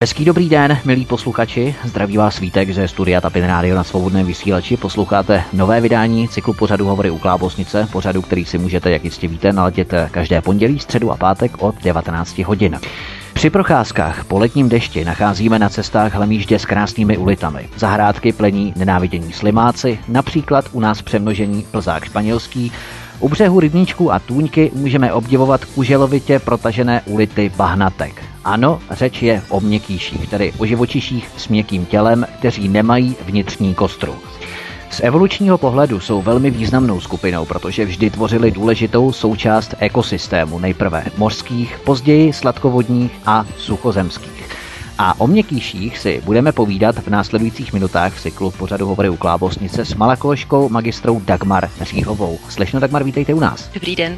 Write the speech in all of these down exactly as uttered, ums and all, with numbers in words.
Hezký dobrý den, milí posluchači, zdraví vás Vítek ze studia Tapin Rádio na Svobodném vysílači. Posloucháte nové vydání cyklu pořadu Hovory u Klábosnice, pořadu, který si můžete, jak jistě víte, naladět každé pondělí, středu a pátek od devatenáct hodin. Při procházkách po letním dešti nacházíme na cestách hlemýždě s krásnými ulitami. Zahrádky plení nenávidění slimáci, například u nás přemnožení plzák španělský. U břehu rybníčků a tůňky můžeme obdivovat kuželovitě protažené ulity bahnatek. Ano, řeč je o měkkýších, tedy o živočiších s měkkým tělem, kteří nemají vnitřní kostru. Z evolučního pohledu jsou velmi významnou skupinou, protože vždy tvořili důležitou součást ekosystému, nejprve mořských, později sladkovodních a suchozemských. A o měkkýších si budeme povídat v následujících minutách v cyklu pořadu Hovory u Klábosnice s malakoložkou magistrou Dagmar Říhovou. Slečno Dagmar, vítejte u nás. Dobrý den.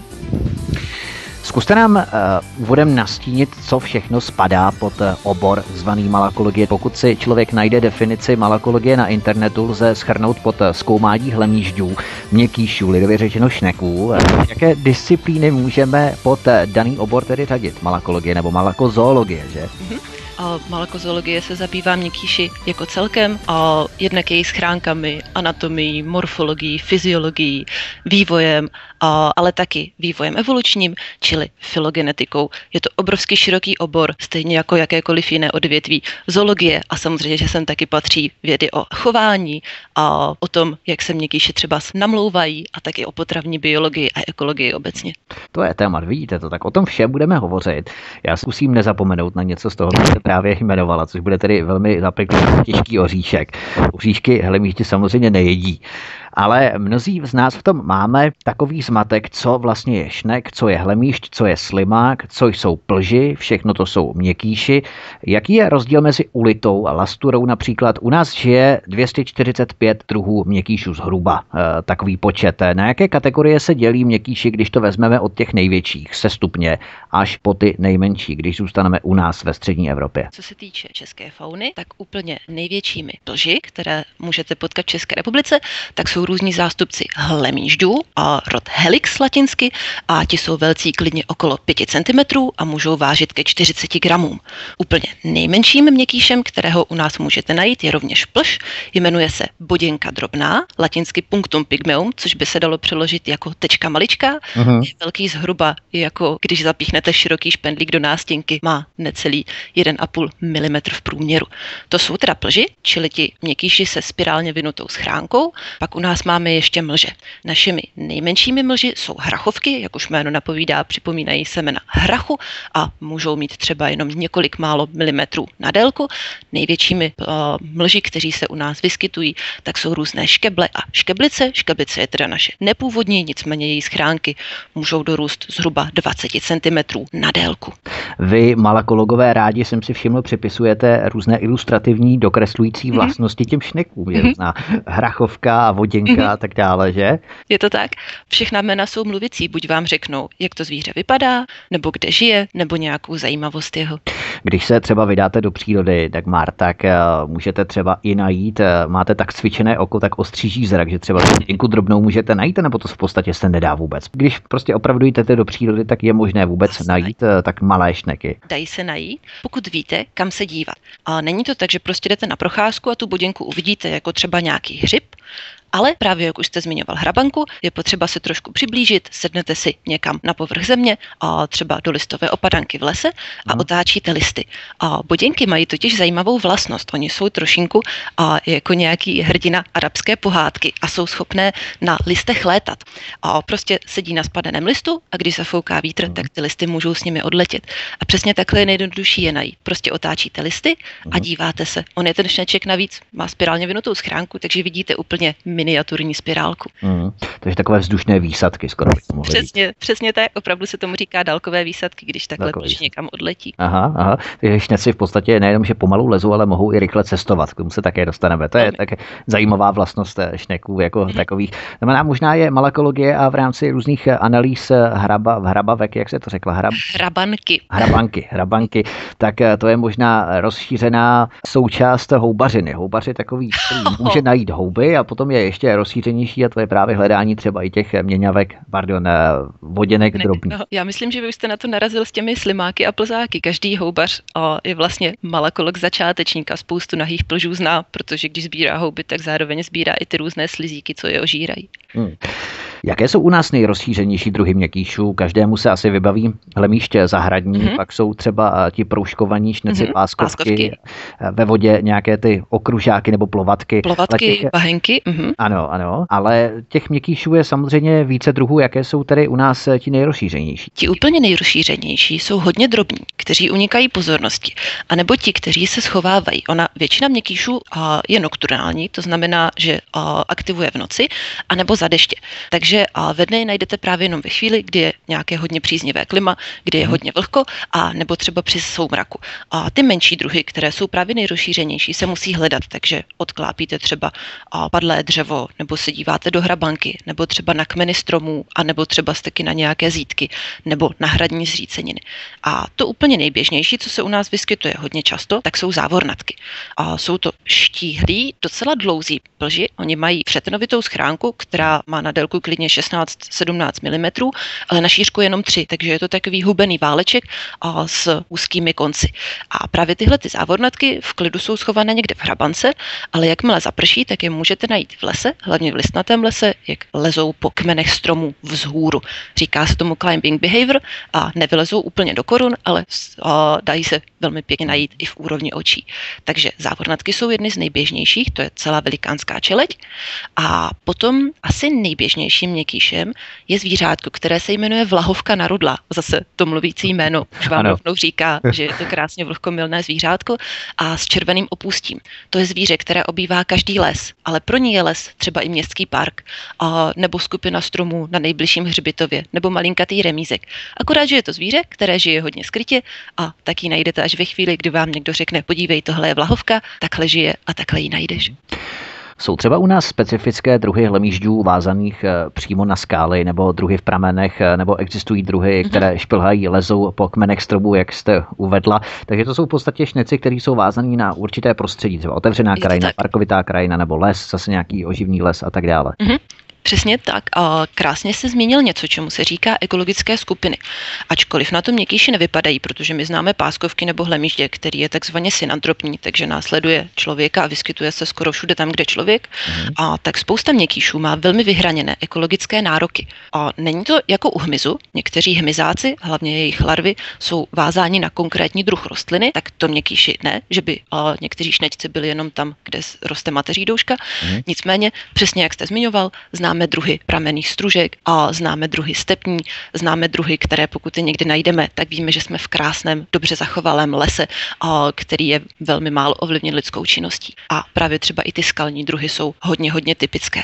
Zkuste nám uh, úvodem nastínit, co všechno spadá pod uh, obor zvaný malakologie. Pokud si člověk najde definici malakologie na internetu, lze shrnout pod uh, zkoumání hlemýžďů, měkkýšů, lidově řečeno šneků. Uh, jaké disciplíny můžeme pod uh, daný obor tedy řadit? Malakologie nebo malakozoologie, že? Mm-hmm. A malakozoologie se zabývá měkkýši jako celkem a jednak její schránkami, anatomií, morfologií, fyziologií, vývojem, a, ale taky vývojem evolučním, čili filogenetikou. Je to obrovský široký obor, stejně jako jakékoliv jiné odvětví zoologie a samozřejmě, že sem taky patří vědy o chování a o tom, jak se měkkýši třeba namlouvají a taky o potravní biologii a ekologii obecně. To je téma, vidíte to, tak o tom všem budeme hovořit. Já zkusím nezapomenout na něco z toho, co jste právě jmenovala, což bude tedy velmi zapeklý těžký oříšek. Oříšky hlemýždi samozřejmě nejedí. Ale mnozí z nás v tom máme takový zmatek, co vlastně je šnek, co je hlemýžď, co je slimák, co jsou plži, všechno to jsou měkkýši. Jaký je rozdíl mezi ulitou a lasturou například? U nás žije dvě stě čtyřicet pět druhů měkkýšů zhruba, e, takový počet. Na jaké kategorie se dělí měkkýši, když to vezmeme od těch největších sestupně až po ty nejmenší, když zůstaneme u nás ve střední Evropě? Co se týče české fauny, tak úplně největšími plži, které můžete potkat v České republice, tak jsou různí zástupci hlemýžďů a rod Helix latinsky a ti jsou velcí klidně okolo pět centimetrů a můžou vážit ke čtyřicet gramům. Úplně nejmenším měkkýšem, kterého u nás můžete najít, je rovněž plž, jmenuje se boděnka drobná, latinsky punctum pygmeum, což by se dalo přeložit jako tečka maličká. Uh-huh. Je velký zhruba, jako když zapíchnete široký špendlík do nástěnky, má necelý jeden a půl milimetru v průměru. To jsou teda plži, čili ti měkkýši se spirálně vinutou schránkou, pak u nás máme ještě mlže. Našimi nejmenšími mlži jsou hrachovky, jak už jméno napovídá, připomínají semena hrachu a můžou mít třeba jenom několik málo milimetrů na délku. Největšími uh, mlži, kteří se u nás vyskytují, tak jsou různé škeble a škeblice. Škeblice je teda naše nepůvodní, nicméně její schránky můžou dorůst zhruba dvacet centimetrů na délku. Vy, malakologové, rádi jsem si všiml, připisujete různé ilustrativní dokreslující vlastnosti těm šnekům. Je různá hrachovka a voděnka a tak dále, že? Je to tak. Všechna jména jsou mluvicí, buď vám řeknou, jak to zvíře vypadá, nebo kde žije, nebo nějakou zajímavost jeho. Když se třeba vydáte do přírody, tak Mar, tak uh, můžete třeba i najít, uh, máte tak cvičené oko, tak ostříží zrak, že třeba voděnku drobnou můžete najít, nebo to v podstatě se nedá vůbec. Když prostě opravdu jdete do přírody, tak je možné vůbec Asi najít uh, tak malé šneky. Dají se najít, pokud víte, kam se dívat. A není to tak, že prostě jdete na procházku a tu boděnku uvidíte jako třeba nějaký hřib, ale právě jak už jste zmiňoval hrabanku, je potřeba se trošku přiblížit, sednete si někam na povrch země a třeba do listové opadanky v lese a otáčíte listy. A boděnky mají totiž zajímavou vlastnost. Oni jsou trošinku a jako nějaký hrdina arabské pohádky a jsou schopné na listech létat. A prostě sedí na spadeném listu a když zafouká vítr, tak ty listy můžou s nimi odletět. A přesně takhle je nejjednodušší je najít. Prostě otáčíte listy a díváte se. On je ten šneček navíc, má spirálně vinutou schránku, takže vidíte úplně miniaturní spirálku. Mm, takže takové vzdušné výsadky skoro bych to mohli Přesně, přesně tak, opravdu se tomu říká dálkové výsadky, když takhle plž někam odletí. Aha, aha. Takže šneci v podstatě nejenom, že pomalu lezou, ale mohou i rychle cestovat. K tomu se také dostaneme. To je tak zajímavá vlastnost šneků jako mm. takových. Znamená, možná je malakologie a v rámci různých analýz hraba, hrabavek, jak se to řekla? Hrab... Hrabanky. Hrabanky, hrabanky. Tak to je možná rozšířená součást houbařiny. Houbař je takový, který může najít houby a potom je ještě rozšířenější a to je právě hledání třeba i těch měňavek, pardon, voděnek drobných. No, já myslím, že vy jste na to narazil s těmi slimáky a plzáky. Každý houbař a je vlastně malakolog začátečníka, spoustu nahých plžů zná, protože když sbírá houby, tak zároveň sbírá i ty různé slizíky, co je ožírají. Hmm. Jaké jsou u nás nejrozšířenější druhy měkkýšů? Každému se asi vybaví hlemýště zahradní, mm-hmm. pak jsou třeba ti proužkovaní šneci, mm-hmm. páskovky, páskovky, ve vodě nějaké ty okružáky nebo plovatky. Plovatky, těch... bahenky. Mm-hmm. Ano, ano, ale těch měkkýšů je samozřejmě více druhů. Jaké jsou tedy u nás ti nejrozšířenější? Ti úplně nejrozšířenější jsou hodně drobní, kteří unikají pozornosti, anebo ti, kteří se schovávají. Ona většina měkkýšů je nokturnální, to znamená, že aktivuje v noci, anebo za deště. Takže a ve dne najdete právě jenom ve chvíli, kdy je nějaké hodně příznivé klima, kdy je hodně vlhko, a nebo třeba při soumraku. A ty menší druhy, které jsou právě nejrozšířenější, se musí hledat, takže odklápíte třeba padlé dřevo, nebo se díváte do hrabanky, nebo třeba na kmeny stromů, a nebo třeba taky na nějaké zítky, nebo na hradní zříceniny. A to úplně nejběžnější, co se u nás vyskytuje hodně často, tak jsou závornatky. A jsou to štíhlí, docela dlouzí plži, oni mají přetenovitou schránku, která má na délku klidně šestnáct sedmnáct milimetrů, ale na šířku jenom tři, takže je to takový hubený váleček a s úzkými konci. A právě tyhle ty závornatky v klidu jsou schované někde v hrabance, ale jakmile zaprší, tak je můžete najít v lese, hlavně v listnatém lese, jak lezou po kmenech stromů vzhůru. Říká se tomu climbing behavior a nevylezou úplně do korun, ale dají se velmi pěkně najít i v úrovni očí. Takže závornatky jsou jedny z nejběžnějších, to je celá velikánská čeleď. A potom asi nejběžnějším měkkýšem je zvířátko, které se jmenuje vlahovka narudla. Zase to mluvící jméno už vám rovnou říká, že je to krásně vlhkomilné zvířátko a s červeným opustím. To je zvíře, které obývá každý les, ale pro ní je les třeba i městský park, a nebo skupina stromů na nejbližším hřbitově, nebo malinkatý remízek. Akorát, že je to zvíře, které žije hodně skrytě a tak ji najdete až ve chvíli, kdy vám někdo řekne: podívej, tohle je vlahovka, takhle žije a takhle ji najdeš. Jsou třeba u nás specifické druhy hlemýžďů vázaných přímo na skály nebo druhy v pramenech, nebo existují druhy, které šplhají, lezou po kmenech stromů, jak jste uvedla. Takže to jsou v podstatě šneci, které jsou vázaný na určité prostředí, třeba otevřená krajina, parkovitá krajina nebo les, zase nějaký oživný les a tak dále. Mm-hmm. Přesně tak a krásně se zmínil něco, čemu se říká ekologické skupiny. Ačkoliv na to měkkýši nevypadají, protože my známe páskovky nebo hlemýždě, který je takzvaně synantropní, takže následuje člověka a vyskytuje se skoro všude tam, kde člověk. Mm. A tak spousta měkkýšů má velmi vyhraněné ekologické nároky. A není to jako u hmyzu. Někteří hmyzáci, hlavně jejich larvy, jsou vázáni na konkrétní druh rostliny, tak to měkkýši ne, že by a někteří šnečci byli jenom tam, kde roste mateří douška. Mm. Nicméně, přesně jak jste zmiňoval, známe Známe druhy pramenných stružek a známe druhy stepní, známe druhy, které pokud je někdy najdeme, tak víme, že jsme v krásném, dobře zachovalém lese, a který je velmi málo ovlivněn lidskou činností. A právě třeba i ty skalní druhy jsou hodně, hodně typické.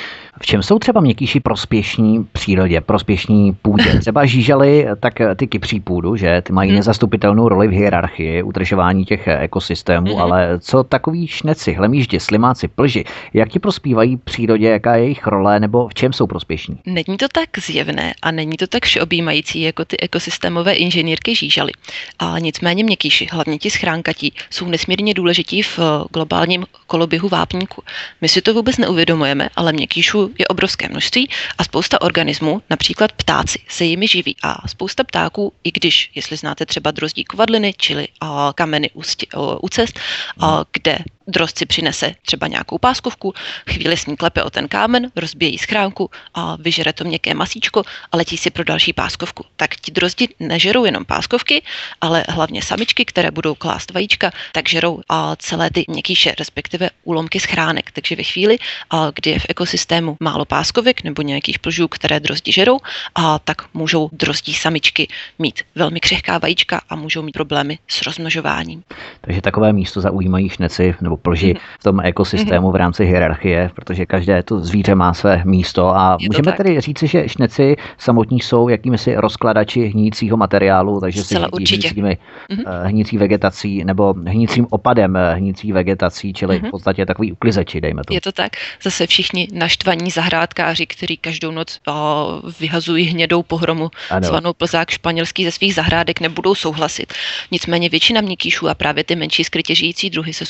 V čem jsou třeba měkkýši prospěšní přírodě, prospěšní půdě? Třeba žížaly, tak ty kypří půdu, že ty mají hmm. nezastupitelnou roli v hierarchii udržování těch ekosystémů, hmm. ale co takový šneci, hlemýždě, slimáci, plži, jak ti prospívají přírodě, jaká je jejich role nebo v čem jsou prospěšní? Není to tak zjevné a není to tak všeobjímající jako ty ekosystémové inženýrky žížaly. A nicméně měkkýši, hlavně ti schránkatí, jsou nesmírně důležití v globálním koloběhu vápníku. My si to vůbec neuvědomujeme, ale měkkýšů je obrovské množství a spousta organismů, například ptáci, se jimi živí. A spousta ptáků, i když, jestli znáte třeba drozdí kovadliny, čili a kameny u, stě, u cest, a kde drozd si přinese třeba nějakou páskovku, chvíli s ní klepe o ten kámen, rozbíjí schránku a vyžere to měkké masíčko a letí si pro další páskovku. Tak ti drozdi nežerou jenom páskovky, ale hlavně samičky, které budou klást vajíčka, tak žerou a celé ty měkkýše, respektive úlomky schránek. Takže ve chvíli, a kdy je v ekosystému málo páskovek nebo nějakých plžů, které drozdi žerou, a tak můžou drozdí samičky mít velmi křehká vajíčka a můžou mít problémy s rozmnožováním. Takže takové místo zaujímají šneci nebo plži v tom ekosystému v rámci hierarchie, protože každé to zvíře má své místo a je můžeme tedy říci, že šneci samotní jsou jakýmisi rozkladači hníjícího materiálu, takže si hnícími, hnící vegetací nebo hnícím opadem hnící vegetací, čili v podstatě takový uklizeči, dejme to. Je to tak. Zase všichni naštvaní zahrádkáři, kteří každou noc vyhazují hnědou pohromu ano. zvanou plzák španělský ze svých zahrádek, nebudou souhlasit. Nicméně většina měkkýšů a právě ty menší skrytě žijící druhy se skutečně živí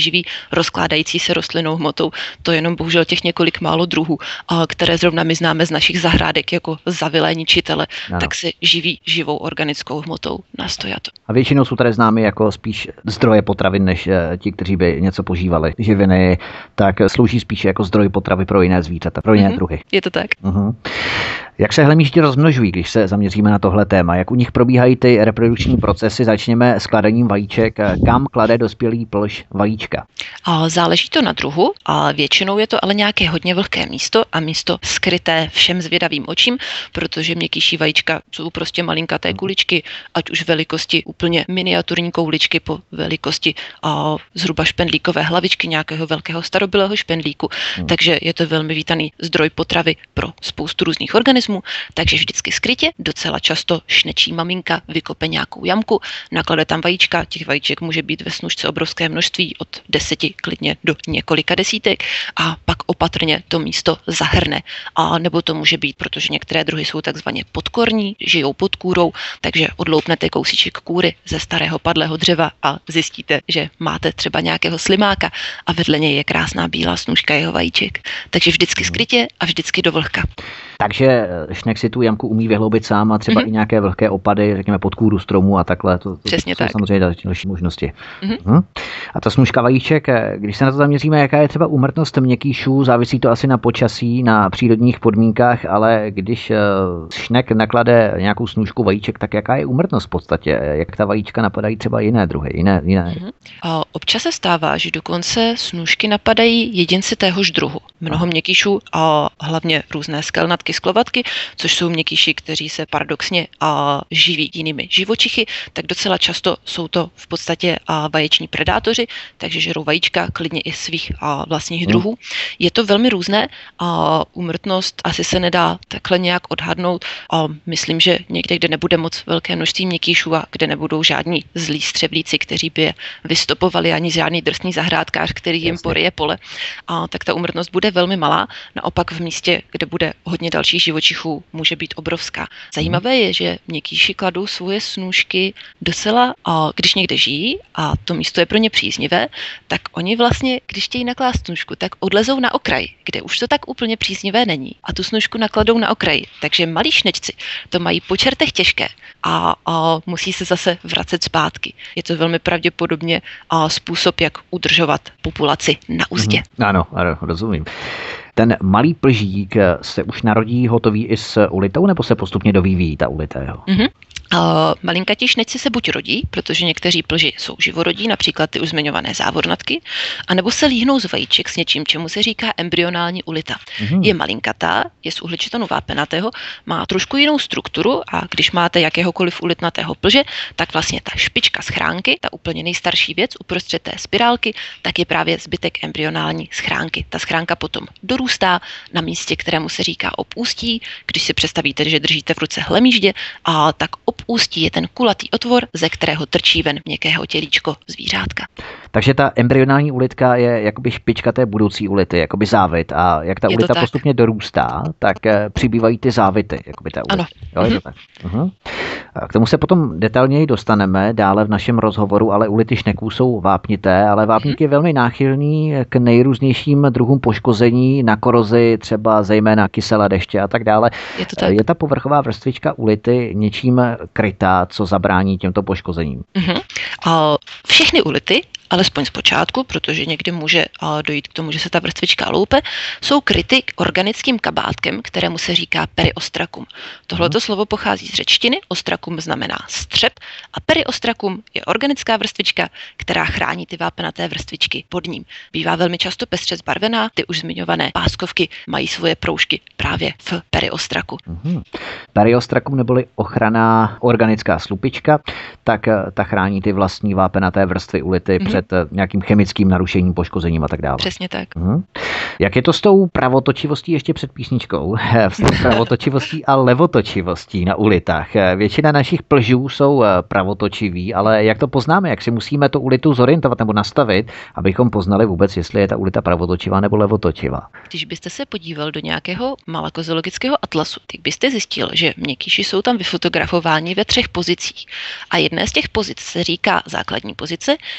živí rozkládající se rostlinnou hmotou. To je jenom bohužel těch několik málo druhů, které zrovna my známe z našich zahrádek jako zavilé ničitele, ano. tak se živí živou organickou hmotou nastojato. A většinou jsou tady známy jako spíš zdroje potravin, než ti, kteří by něco požívali. Živiny, tak slouží spíše jako zdroj potravy pro jiné zvířata, pro jiné mm-hmm. druhy. Je to tak. Uh-huh. Jak se hlemýždi rozmnožují, když se zaměříme na tohle téma? Jak u nich probíhají ty reprodukční procesy? Začněme s kladením vajíček. Kam klade dospělý plž vajíčka? A záleží to na druhu a většinou je to ale nějaké hodně vlhké místo a místo skryté všem zvědavým očím, protože měkkýší vajíčka jsou prostě malinkaté kuličky, ať už velikosti úplně miniaturní kouličky po velikosti a zhruba špendlíkové hlavičky nějakého velkého starobylého špendlíku. Hmm. Takže je to velmi vítaný zdroj potravy pro spoustu různých organismů. Takže vždycky skrytě, docela často šnečí maminka vykope nějakou jamku, naklade tam vajíčka, těch vajíček může být ve snužce obrovské množství, od deseti klidně do několika desítek a pak opatrně to místo zahrne. A nebo to může být, protože některé druhy jsou takzvaně podkorní, žijou pod kůrou, takže odloupnete kousíček kůry ze starého padlého dřeva a zjistíte, že máte třeba nějakého slimáka a vedle něj je krásná bílá snůžka jeho vajíček. Takže vždycky skrytě a vždycky do vlhka. Takže šnek si tu jamku umí vyhloubit sám a třeba mm-hmm. i nějaké vlhké opady, řekněme pod kůru stromu a takhle. To, to, Přesně to jsou tak. samozřejmě další, další možnosti. Mm-hmm. Hm? A ta snůžka vajíček, když se na to zaměříme, jaká je třeba úmrtnost měkkýšů, závisí to asi na počasí, na přírodních podmínkách, ale když šnek naklade nějakou snůžku vajíček, tak jaká je úmrtnost v podstatě? Jak ta vajíčka napadají třeba jiné druhy? Jiné, jiné? Mm-hmm. A občas se stává, že dokonce snůžky napadají jedinci téhož druhu. Mnoho měkkýšů a hlavně různé skelnatky, sklovatky, což jsou měkkýši, kteří se paradoxně a živí jinými živočichy, tak docela často jsou to v podstatě a vaječní predátoři, takže žerou vajíčka klidně i svých a vlastních hmm. druhů. Je to velmi různé a úmrtnost asi se nedá takhle nějak odhadnout a myslím, že někde, kde nebude moc velké množství měkkýšů a kde nebudou žádní zlí střevlíci, kteří by je vystopovali, ani žádný drsný zahrádkář, který jim poryje pole, a tak ta úmrtnost bude velmi malá. Naopak v místě, kde bude hodně dalších živočichů, může být obrovská. Zajímavé je, že měkkýši kladou svoje snůžky docela, a když někde žijí a to místo je pro ně příznivé, tak oni vlastně, když chtějí naklást snůžku, tak odlezou na okraj, kde už to tak úplně příznivé není a tu snůžku nakladou na okraji. Takže malí šnečci to mají po čertech těžké a, a musí se zase vracet zpátky. Je to velmi pravděpodobně a způsob, jak udržovat populaci na uzdě. Mm-hmm. Ano, ano, rozumím. Ten malý plžík se už narodí hotový i s ulitou, nebo se postupně dovíjí ta ulita jeho? Mm-hmm. Uh, malinkatí šnečci se buď rodí, protože někteří plži jsou živorodí, například ty už zmiňované závornatky, anebo se líhnou z vajíček s něčím, čemu se říká embryonální ulita. Mm-hmm. Je malinkatá, je z uhličitanu vápenatého, má trošku jinou strukturu a když máte jakéhokoliv ulitnatého plže, tak vlastně ta špička schránky, ta úplně nejstarší věc uprostřed té spirálky, tak je právě zbytek embryonální schránky. Ta schránka potom dorůstá na místě, kterému se říká obústí. Když si představíte, že držíte v ruce hlemýždě, a tak obústí je ten kulatý otvor, ze kterého trčí ven měkkého tělíčko zvířátka. Takže ta embryonální ulitka je jakoby špička té budoucí ulity, jakoby závit, a jak ta je ulita tak. postupně dorůstá, tak přibývají ty závity, jakoby ta ulita. Ano. Jo, je to tak. Uh-huh. K tomu se potom detailněji dostaneme dále v našem rozhovoru, ale ulity šneků jsou vápnité, ale vápník hmm. je velmi náchylný k nejrůznějším druhům poškození, na korozi, třeba zejména kyselé deště a tak dále. Je to tak. Je ta povrchová vrstvička ulity něčím krytá, co zabrání těmto poškozením? Hmm. A všechny ulity, alespoň zpočátku, protože někdy může dojít k tomu, že se ta vrstvička loupe, jsou kryty organickým kabátkem, kterému se říká periostrakum. Tohleto hmm. slovo pochází z řečtiny, ostrakum znamená střep a periostrakum je organická vrstvička, která chrání ty vápenaté vrstvičky pod ním. Bývá velmi často pestře zbarvená, ty už zmiňované páskovky mají svoje proužky právě v periostraku. Hmm. Periostrakum neboli ochranná organická slupička, tak ta chrání ty vlastní vápenaté vrstvy ulity hmm. před nějakým chemickým narušením, poškozením a tak dále. Přesně tak. Hmm. Jak je to s tou pravotočivostí ještě před písničkou? S tou pravotočivostí a levotočivostí na ulitách. Většina našich plžů jsou pravotočiví, ale jak to poznáme? Jak si musíme tu ulitu zorientovat nebo nastavit, abychom poznali vůbec, jestli je ta ulita pravotočivá nebo levotočivá? Když byste se podíval do nějakého malakozoologického atlasu, tak byste zjistil, že měkkýši jsou tam vyfotografováni ve třech pozicích. A jedné z těch pozic se říká základní pozice, a to je i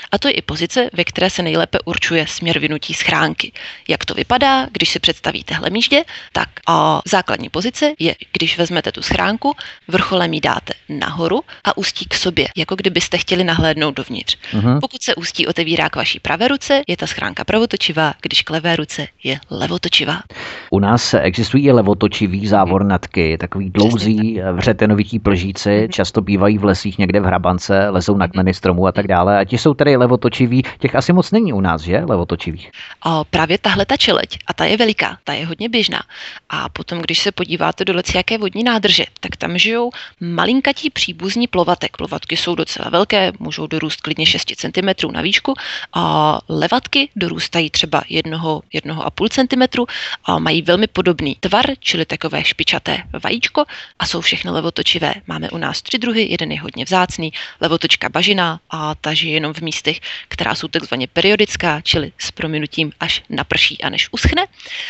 pozice, ve které se nejlépe určuje směr vynutí schránky. Jak to vypadá, když si představíte hlemíždě, tak a základní pozice je, když vezmete tu schránku, vrcholem ji dáte nahoru a ústí k sobě, jako kdybyste chtěli nahlédnout dovnitř. Uh-huh. Pokud se ústí otevírá k vaší pravé ruce, je ta schránka pravotočivá, když k levé ruce je levotočivá. U nás existují i levotočivý závornatky, takový dlouzí vřetenovití plžíci, uh-huh. často bývají v lesích někde v hrabance, lezou na kmeny stromů a tak dále. A ti jsou tedy levotočiví, těch asi moc není u nás, že? Levotočivých. A právě tahle ta čeleď, a ta je veliká, ta je hodně běžná. A potom, když se podíváte do jaké vodní nádrže, tak tam žijou malinkatí příbuzní plovatek. Plovatky jsou docela velké, můžou dorůst klidně šest centimetrů na výšku a levatky dorůstají třeba jednoho, jednoho a půl centimetru a mají velmi podobný tvar, čili takové špičaté vajíčko a jsou všechny levotočivé. Máme u nás tři druhy, jeden je hodně vzácný, levotočka bažina a ta žije jenom v místech, která jsou takzvaně periodická, čili s prominutím až naprší a než uschne.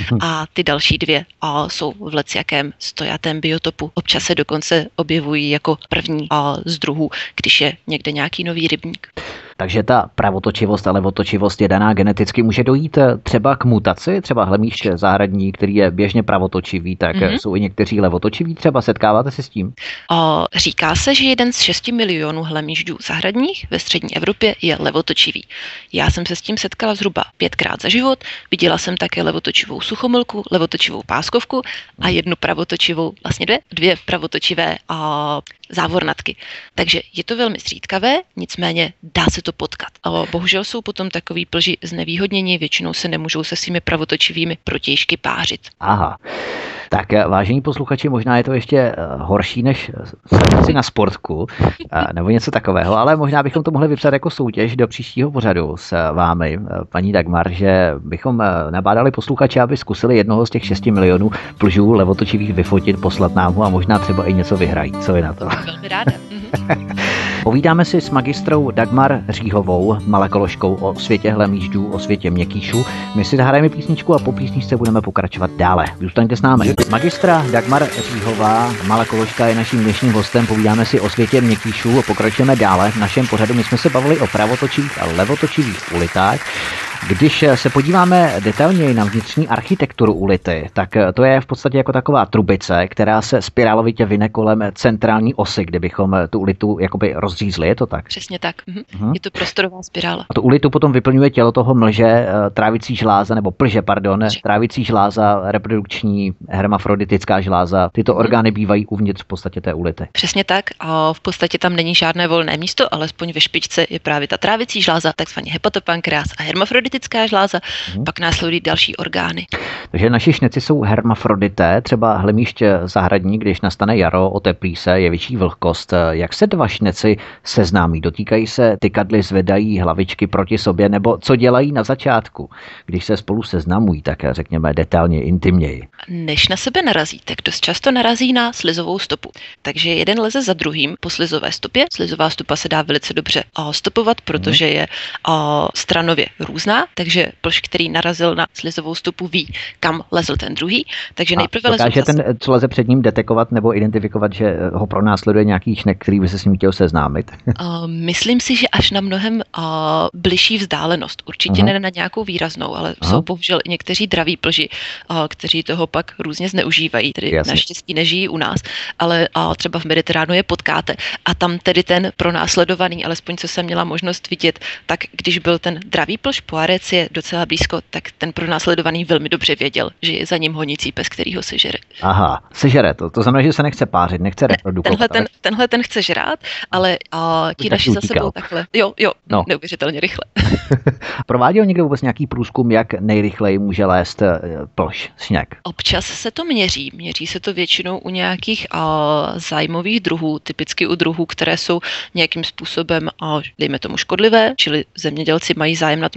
A ty další dvě a jsou v lecjakém stojatém biotopu. Občas se dokonce objevují jako první a z druhů, když je někde nějaký nový rybník. Takže ta pravotočivost a levotočivost je daná geneticky. Může dojít třeba k mutaci, třeba hlemíž zahradní, který je běžně pravotočivý, tak mm-hmm. jsou i někteří levotočiví, třeba setkáváte se s tím? O, říká se, že jeden z šesti milionů hlemíždů zahradních ve střední Evropě je levotočivý. Já jsem se s tím setkala zhruba pětkrát za život, viděla jsem také levotočivou suchomlku, levotočivou páskovku a jednu pravotočivou, vlastně dvě, dvě pravotočivé a závornatky. Takže je to velmi zřídkavé, nicméně dá se to potkat. A bohužel jsou potom takový plži znevýhodnění, většinou se nemůžou se svými pravotočivými protějšky pářit. Aha. Tak vážení posluchači, možná je to ještě horší než si na sportku nebo něco takového, ale možná bychom to mohli vypsat jako soutěž do příštího pořadu s vámi, paní Dagmar, že bychom nabádali posluchače, aby zkusili jednoho z těch šesti milionů plžů levotočivých vyfotit, poslat nám ho a možná třeba i něco vyhrají. Co je na to? Velmi ráda. Povídáme si s magistrou Dagmar Říhovou, malakoložkou, o světě hlemíždů, o světě měkkýšů. My si zahrajeme písničku a po písničce budeme pokračovat dále. Zůstaňte s námi. Magistra Dagmar Říhová, malakoložka, je naším dnešním hostem. Povídáme si o světě měkkýšů a pokračujeme dále. V našem pořadu my jsme se bavili o pravotočivých a levotočivých ulitách. Když se podíváme detailněji na vnitřní architekturu ulity, tak to je v podstatě jako taková trubice, která se spirálovitě vyne kolem centrální osy, kdybychom tu ulitu jakoby rozřízli, je to tak? Přesně tak. Mhm. Uh-huh. Je to prostorová spirála. A tu ulitu potom vyplňuje tělo toho mlže, trávicí žláza, nebo plže, pardon, Plže. trávicí žláza, reprodukční, hermafroditická žláza. Tyto uh-huh. orgány bývají uvnitř v podstatě té ulity. Přesně tak. A v podstatě tam není žádné volné místo, alespoň ve špičce je právě ta trávicí žláza, takzvaně hepatopankreas a hermafroditická žláza, hmm. pak následují další orgány. Takže naši šneci jsou hermafrodité, třeba hlemíšť zahradní, když nastane jaro, oteplí se, je větší vlhkost. Jak se dva šneci seznámí? Dotýkají se, tykadly zvedají hlavičky proti sobě, nebo co dělají na začátku, když se spolu seznamují, tak řekněme detailně, intimněji? Než na sebe narazí, tak dost často narazí na slizovou stopu. Takže jeden leze za druhým po slizové stopě. Slizová stopa se dá velice dobře stopovat, protože je stranově různá, takže plž, který narazil na slizovou stopu, ví, kam lezl ten druhý. Takže nejprve lezl. Dokáže ten, co leze před ním, detekovat nebo identifikovat, že ho pronásleduje nějaký šnek, který by se s ním chtěl seznámit? uh, myslím si, že až na mnohem uh, bližší vzdálenost. Určitě uh-huh. ne na nějakou výraznou, ale uh-huh. jsou bohužel i někteří draví plži, uh, kteří toho pak různě zneužívají. Tedy Jasně. naštěstí nežijí u nás, ale uh, třeba v Mediteránu je potkáte. A tam tedy ten pronásledovaný, alespoň co jsem měla možnost vidět, tak když byl ten dravý plž, Poirec je docela blízko, tak ten pronásledovaný velmi dobře věděl, že je za ním honící pes, který ho sežere. Aha, sežere to. To znamená, že se nechce pářit, nechce reprodukovat. Tenhle ten, tenhle ten chce žrát, ale a, ti naši za sebou takhle. Jo, jo, no. Neuvěřitelně rychle. Prováděl někdo vůbec nějaký průzkum, jak nejrychleji může lézt plž, sněk? Občas se to měří. Měří se to většinou u nějakých a, zájmových druhů, typicky u druhů, které jsou nějakým způsobem, a, dejme tomu, škodlivé, čili zemědělci mají zájem na tom, aby o nich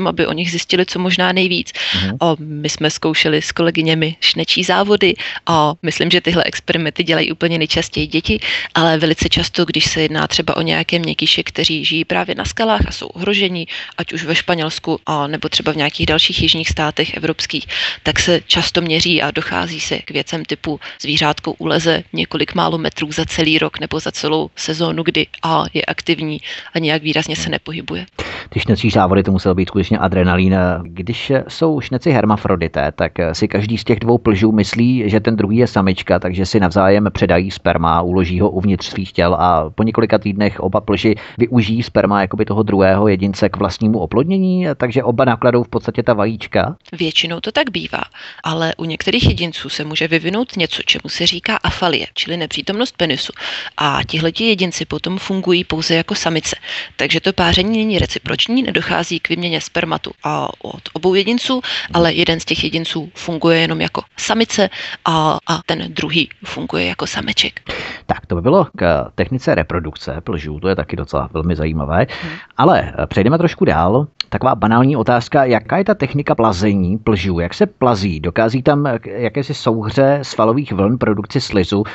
nich zjistili co možná nejvíc. Mm. A my jsme zkoušeli s kolegyněmi šnečí závody a myslím, že tyhle experimenty dělají úplně nejčastěji děti, ale velice často, když se jedná třeba o nějaké měkýše, kteří žijí právě na skalách a jsou ohrožení, ať už ve Španělsku a nebo třeba v nějakých dalších jižních státech evropských, tak se často měří a dochází se k věcem typu zvířátko uleze několik málo metrů za celý rok nebo za celou sezónu, kdy a je aktivní a nějak výrazně se nepohybuje. Ty šnecí závody, to musel být skutečně adrenalín. Když jsou šneci hermafrodité, tak si každý z těch dvou plžů myslí, že ten druhý je samička, takže si navzájem předají sperma, uloží ho uvnitř svých těl a po několika týdnech oba plži využijí sperma jakoby toho druhého jedince k vlastnímu oplodnění, takže oba nakladou v podstatě ta vajíčka. Většinou to tak bývá, ale u některých jedinců se může vyvinout něco, čemu se říká afalie, čili nepřítomnost penisu. A tihleti jedinci potom fungují pouze jako samice. Takže to páření není reciproční, nedochází k výměně spermatu a od obou jedinců, ale jeden z těch jedinců funguje jenom jako samice a, a ten druhý funguje jako sameček. Tak to by bylo k technice reprodukce plžů, to je taky docela velmi zajímavé. Hmm. Ale přejdeme trošku dál. Taková banální otázka, jaká je ta technika plazení plžů? Jak se plazí? Dokází tam jakési souhře svalových vln produkci slizu?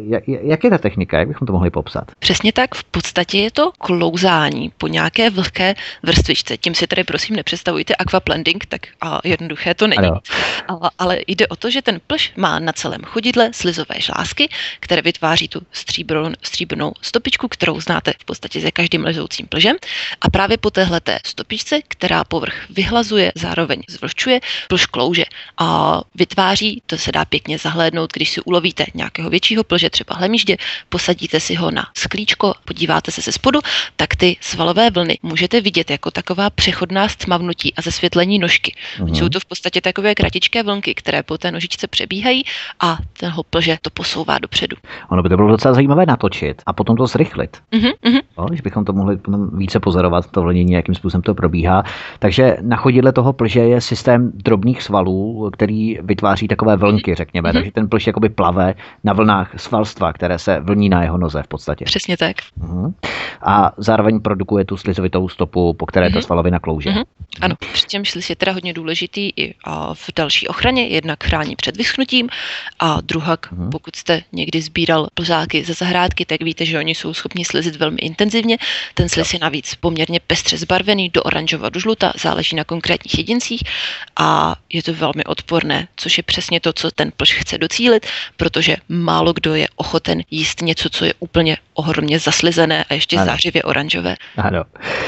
Jak je ta technika? Jak bychom to mohli popsat? Přesně tak, v podstatě je to klouzání po nějaké vlhké vrstvičce. Tím si tady prosím nepředstavujte aquaplending, tak a jednoduché to není. A, ale jde o to, že ten plž má na celém chodidle slizové žlázky, které vytváří tu stříbrnou, stříbrnou stopičku, kterou znáte v podstatě se každým lezoucím plžem. A právě po téhleté stopičce, která povrch vyhlazuje, zároveň zvlhčuje, plž klouže a vytváří, to se dá pěkně zahlédnout, když si ulovíte nějakého většího plže, třeba hlemíždě, posadíte si ho na sklíčko, podíváte se ze spodu, tak ty svalové vlny můžete vidět jako taková přechodná stmavnutí a zesvětlení nožky. Uh-huh. Jsou to v podstatě takové kratičké vlnky, které po té nožičce přebíhají a tenho plže to posouvá dopředu. Ono by to bylo docela zajímavé natočit a potom to zrychlit. Uh-huh, uh-huh. No, když bychom to mohli více pozorovat, to vlnění, jakým způsobem to probíhá. Takže na chodidle toho plže je systém drobných svalů, který vytváří takové vlnky, řekněme. Mm-hmm. Takže ten plž jakoby plave na vlnách svalstva, které se vlní na jeho noze v podstatě. Přesně tak. Mm-hmm. A zároveň produkuje tu slizovitou stopu, po které mm-hmm. ta svalovina klouže. Mm-hmm. Ano, přičemž sliz je teda hodně důležitý i v další ochraně. Jednak chrání před vyschnutím a druhak, mm-hmm. pokud jste někdy sbíral plžáky ze zahrádky, tak víte, že oni jsou schopni slizit velmi intenzivně. Ten sliz je navíc poměrně pestře zbarvený do oranžova, do žluta, záleží na konkrétních jedincích a je to velmi odporné, což je přesně to, co ten plž chce docílit, protože málo kdo je ochoten jíst něco, co je úplně ohromně zaslizené a ještě ano. zářivě oranžové. Ano.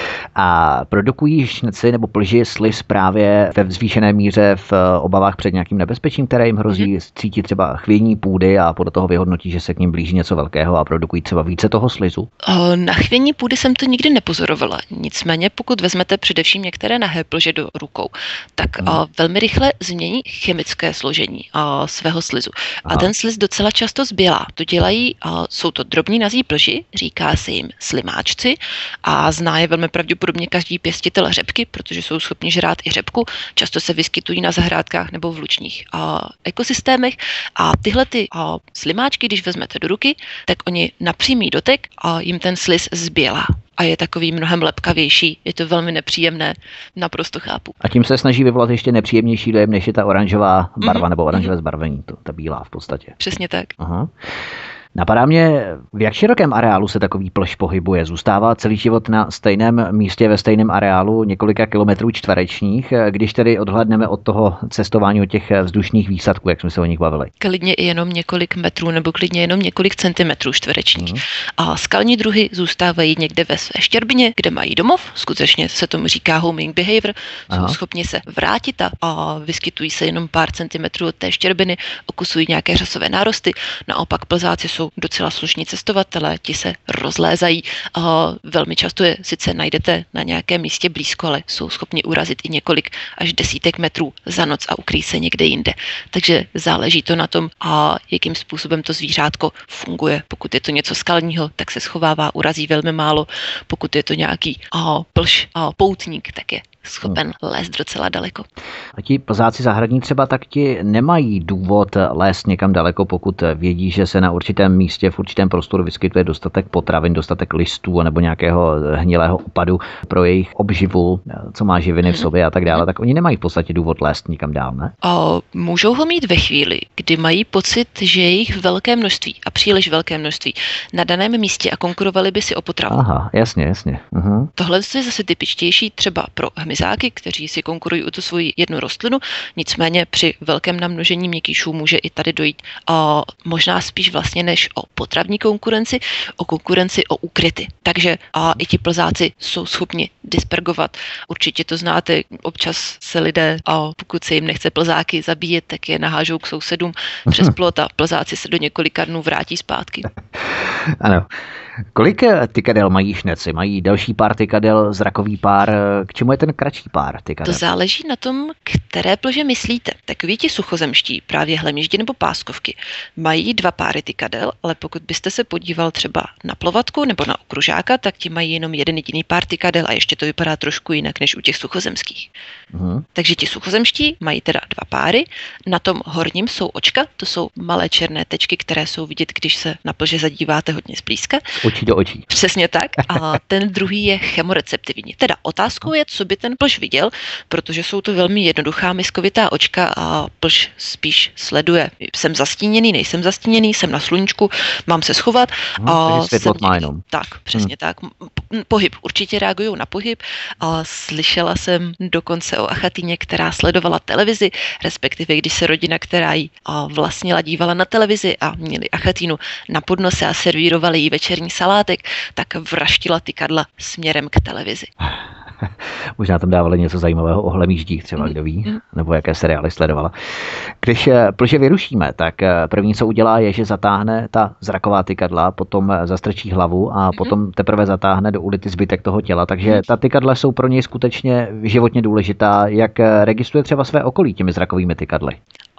A produkují šneci nebo plži sliz právě ve zvýšené míře v obavách před nějakým nebezpečím, které jim hrozí, mm-hmm. cítí třeba chvění půdy a podle toho vyhodnotí, že se k ním blíží něco velkého a produkují třeba více toho slizu? Na chvění půdy jsem to nikdy nepozorovala. Nicméně, pokud vezmete především některé nahé plže do rukou, tak hmm. a, velmi rychle změní chemické složení a, svého slizu. Aha. A ten sliz docela často zbělá. To dělají, a, jsou to drobní nazí plži, říká se jim slimáčci a zná je velmi pravděpodobně každý pěstitel řepky, protože jsou schopni žrát i řepku. Často se vyskytují na zahrádkách nebo v lučních a, ekosystémech a tyhle ty a, slimáčky, když vezmete do ruky, tak oni na přímý dotek a jim ten sliz zbělá. A je takový mnohem lepkavější. Je to velmi nepříjemné, naprosto chápu. A tím se snaží vyvolat ještě nepříjemnější dojem, než je ta oranžová barva mm-hmm. nebo oranžové zbarvení, to, ta bílá v podstatě. Přesně tak. Aha. Napadá mě, v jak širokém areálu se takový plž pohybuje? Zůstává celý život na stejném místě, ve stejném areálu několika kilometrů čtverečních, když tedy odhlédneme od toho cestování, od těch vzdušných výsadků, jak jsme se o nich bavili? Klidně i jenom několik metrů nebo klidně jenom několik centimetrů čtverečních. Mm. A skalní druhy zůstávají někde ve své štěrbině, kde mají domov, skutečně se tomu říká homing behavior, Aha. jsou schopni se vrátit a, a vyskytují se jenom pár centimetrů od té štěrbiny, okusují nějaké řasové nárosty, naopak plzáci jsou docela slušní cestovatelé, ti se rozlézají a velmi často je sice najdete na nějakém místě blízko, ale jsou schopni urazit i několik až desítek metrů za noc a ukryjí se někde jinde. Takže záleží to na tom, a jakým způsobem to zvířátko funguje. Pokud je to něco skalního, tak se schovává, urazí velmi málo. Pokud je to nějaký a, plž a poutník, tak je schopen hmm. lézt docela daleko. A ti plzáci zahradní třeba tak ti nemají důvod lézt někam daleko, pokud vědí, že se na určitém místě v určitém prostoru vyskytuje dostatek potravin, dostatek listů nebo nějakého hnilého opadu pro jejich obživu, co má živiny v sobě a tak dále, tak oni nemají v podstatě důvod lézt nikam dál, ne? A můžou ho mít ve chvíli, kdy mají pocit, že je jich velké množství a příliš velké množství na daném místě a konkurovali by si o potravu. Aha, jasně, jasně. Uh-huh. Tohle je zase typičtější třeba pro hmyzáky, kteří si konkurují o tu svoji jednu rostlinu, nicméně při velkém namnožení měkkýšů může i tady dojít a možná spíš vlastně než o potravní konkurenci, o konkurenci o úkryty. Takže a i ti plzáci jsou schopni dispergovat. Určitě to znáte, občas se lidé, a pokud se jim nechce plzáky zabíjet, tak je nahážou k sousedům přes plot a plzáci se do několika dnů vrátí zpátky. Ano. Kolik tykadel mají šneci? Mají delší pár tykadel, zrakový pár? K čemu je ten kratší pár tykadel? To záleží na tom, které plže myslíte. Takoví ti suchozemští, právě hlemíždi nebo páskovky, mají dva páry tykadel, ale pokud byste se podíval třeba na plovatku nebo na okružáka, tak ti mají jenom jeden jediný pár tykadel a ještě to vypadá trošku jinak než u těch suchozemských. Hmm. Takže ti suchozemští mají teda dva páry. Na tom horním jsou očka, to jsou malé černé tečky, které jsou vidět, když se na plže zadíváte hodně zblízka. Očí do očí. Přesně tak. A ten druhý je chemoreceptivní. Teda otázkou je, co by ten plž viděl, protože jsou to velmi jednoduchá miskovitá očka a plž spíš sleduje. Jsem zastíněný, nejsem zastíněný, jsem na sluníčku, mám se schovat. Hmm, a světlo má jenom. Tak, přesně hmm. tak. Pohyb. Určitě reagují na pohyb. A slyšela jsem dokonce o achatýně, která sledovala televizi, respektive když se rodina, která ji vlastnila, dívala na televizi a měli achatínu na podnose a servírovali jí večerní salátek, tak vraštila tykadla směrem k televizi. Možná tam dávali něco zajímavého o hlemíždích, třeba kdo ví, nebo jaké seriály sledovala. Když plže vyrušíme, tak první, co udělá, je, že zatáhne ta zraková tykadla, potom zastrčí hlavu a potom teprve zatáhne do ulity zbytek toho těla. Takže ta tykadla jsou pro něj skutečně životně důležitá. Jak registruje třeba své okolí těmi zrakovými tykadly?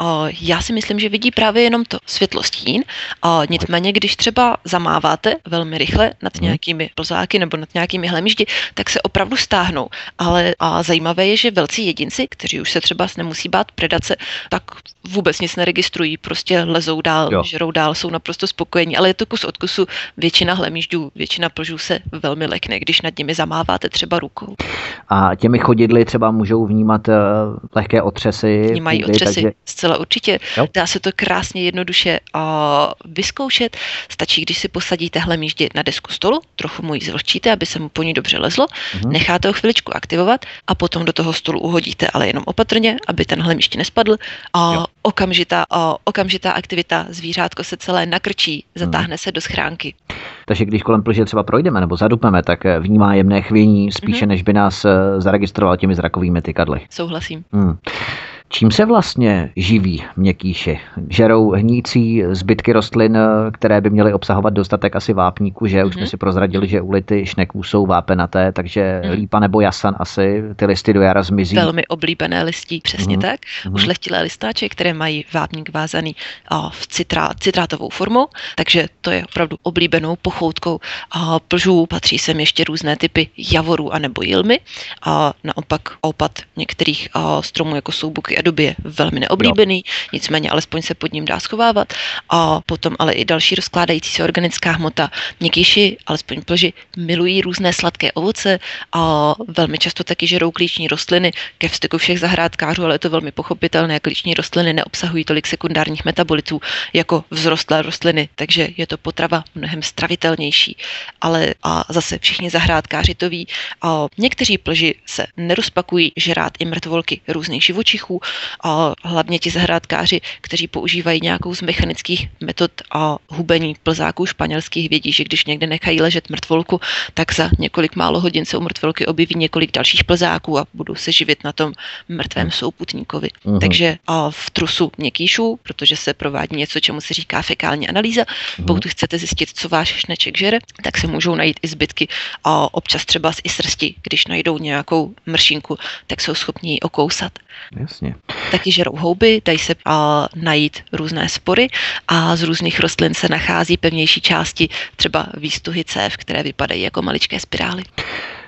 Já si myslím, že vidí právě jenom to světlostín. Nicméně, když třeba zamáváte velmi rychle nad nějakými plzáky nebo nad nějakými hlemíždi, tak se opravdu stáhnou. Ale a zajímavé je, že velcí jedinci, kteří už se třeba nemusí bát predace, tak vůbec nic neregistrují, prostě lezou dál, jo. žerou dál, jsou naprosto spokojení, ale je to kus od kusu. Většina hlemíždů, většina plžů se velmi lekne, když nad nimi zamáváte třeba rukou. A těmi chodidly třeba můžou vnímat uh, lehké otřesy. Vnímají půdy, otřesy, takže... zcela určitě. Jo. Dá se to krásně jednoduše uh, vyzkoušet. Stačí, když si posadíte hlemíždi na desku stolu, trochu mu ji zvlhčíte, aby se mu po ní dobře lezlo, uh-huh. necháte ho chviličku aktivovat a potom do toho stolu uhodíte, ale jenom opatrně, aby ten hlemížď nespadl. A okamžitá, a okamžitá aktivita, zvířátko se celé nakrčí, zatáhne uh-huh. se do schránky. Takže když kolem plže třeba projdeme nebo zadupeme, tak vnímá jemné chvění spíše, mm-hmm. než by nás zaregistroval těmi zrakovými tykadly. Souhlasím. Hmm. Čím se vlastně živí měkkýši? Žerou hnící zbytky rostlin, které by měly obsahovat dostatek asi vápníku, že? Už mm-hmm. jsme si prozradili, že ulity šneků jsou vápenaté, takže mm. lípa nebo jasan asi, ty listy do jara zmizí. Velmi oblíbené listí, přesně mm-hmm. tak. Mm-hmm. Ušlechtilé listáče, které mají vápník vázaný v citrá, citrátovou formou, takže to je opravdu oblíbenou pochoutkou. A plžů patří sem ještě různé typy javorů anebo jilmy. A naopak opat některých stromů, jako jsou buky a duby, je velmi neoblíbený, jo. nicméně alespoň se pod ním dá schovávat. A potom ale i další rozkládající se organická hmota. Měkkýši, alespoň plži, milují různé sladké ovoce a velmi často taky žerou klíční rostliny ke vzteku všech zahrádkářů, ale je to velmi pochopitelné. Klíční rostliny neobsahují tolik sekundárních metabolitů jako vzrostlé rostliny, takže je to potrava mnohem stravitelnější. Ale a zase všichni zahrádkáři to ví. A někteří plži se nerozpakují žrát i mrtvolky různých živočichů, a hlavně ti zahrádkáři, kteří používají nějakou z mechanických metod a hubení plzáků španělských, vědí, že když někde nechají ležet mrtvolku, tak za několik málo hodin se u mrtvolky objeví několik dalších plzáků a budou se živit na tom mrtvém souputníkovi. Uh-huh. Takže a v trusu měkkýšů, protože se provádí něco, čemu se říká fekální analýza, uh-huh. pokud chcete zjistit, co váš šneček žere, tak se můžou najít i zbytky a občas třeba i srsti, když najdou nějakou mršinku, tak jsou schopni ji okousat. Jasně. Taky žerou houby, dají se a, najít různé spory a z různých rostlin se nachází pevnější části, třeba výstuhy cév, které vypadají jako maličké spirály.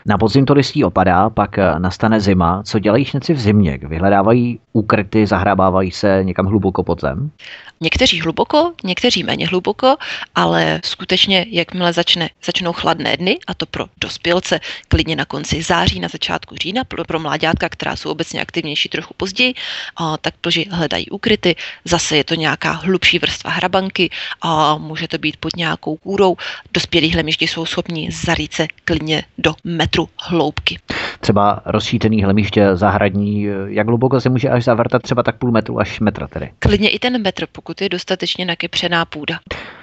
Na podzim to listí opadá, pak nastane zima. Co dělají šneci v zimě? Vyhledávají úkryty, zahrabávají se někam hluboko pod zem? Někteří hluboko, někteří méně hluboko, ale skutečně, jakmile začne, začnou chladné dny, a to pro dospělce klidně na konci září, na začátku října, pro, pro mláďátka, která jsou obecně aktivnější trochu později, a tak plži hledají úkryty. Zase je to nějaká hlubší vrstva hrabanky a může to být pod nějakou kůrou. Dospělí hlemýždi jsou schopni zarýt se klidně do metru hloubky. Třeba rozšířený hlemýždě zahradní, jak hluboko se může až zavrtat, třeba tak půl metru až metra tedy? Klidně i ten metr, pokud je dostatečně nakypřená půda.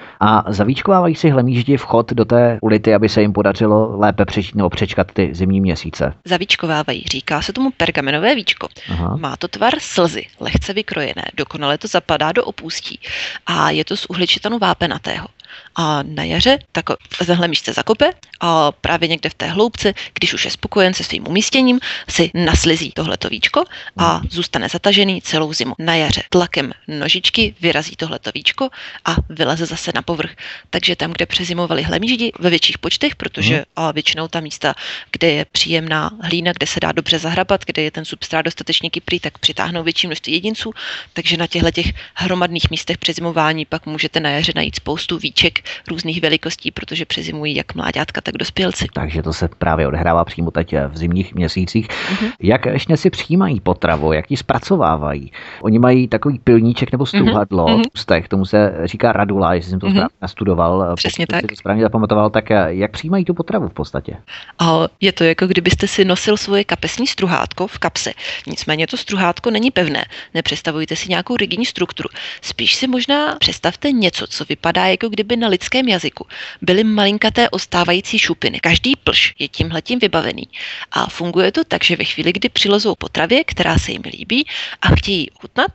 A zavíčkovávají si hlemýždi vchod do té ulity, aby se jim podařilo lépe přežít nebo přečkat ty zimní měsíce? Zavíčkovávají, říká se tomu pergamenové víčko. Aha. Má to tvar slzy, lehce vykrojené, dokonale to zapadá do opůstí a je to z uhličitanu vápenatého. A na jaře tak hlemýžce zakope a právě někde v té hloubce, když už je spokojen se svým umístěním, si naslizí tohleto víčko a zůstane zatažený celou zimu. Na jaře tlakem nožičky vyrazí tohleto víčko a vyleze zase na povrch. Takže tam, kde přezimovali hlemýždi ve větších počtech, protože a většinou ta místa, kde je příjemná hlína, kde se dá dobře zahrabat, kde je ten substrát dostatečně kyprý, tak přitáhnou větší množství jedinců. Takže na těchto těch hromadných místech přezimování pak můžete na jaře najít spoustu víček různých velikostí, protože přezimují jak mláďátka, tak dospělci. Takže to se právě odehrává přímo teď v zimních měsících. Mm-hmm. Jak šneci přijímají potravu, jak ji zpracovávají? Oni mají takový pilníček nebo struhadlo mm-hmm. v ústech, tomu se říká radula, jestli jsem to mm-hmm. správně nastudoval. Přesně pokud tak. si to správně zapamatoval, tak jak přijímají tu potravu v podstatě? A je to jako kdybyste si nosil svoje kapesní struhátko v kapse. Nicméně to struhátko není pevné. Nepředstavujte si nějakou rigidní strukturu. Spíš si možná představte něco, co vypadá jako kdyby na lidském jazyku byly malinkaté ostávající šupiny. Každý plž je tímhletím vybavený. A funguje to tak, že ve chvíli, kdy přilezou potravě, která se jim líbí a chtějí ochutnat,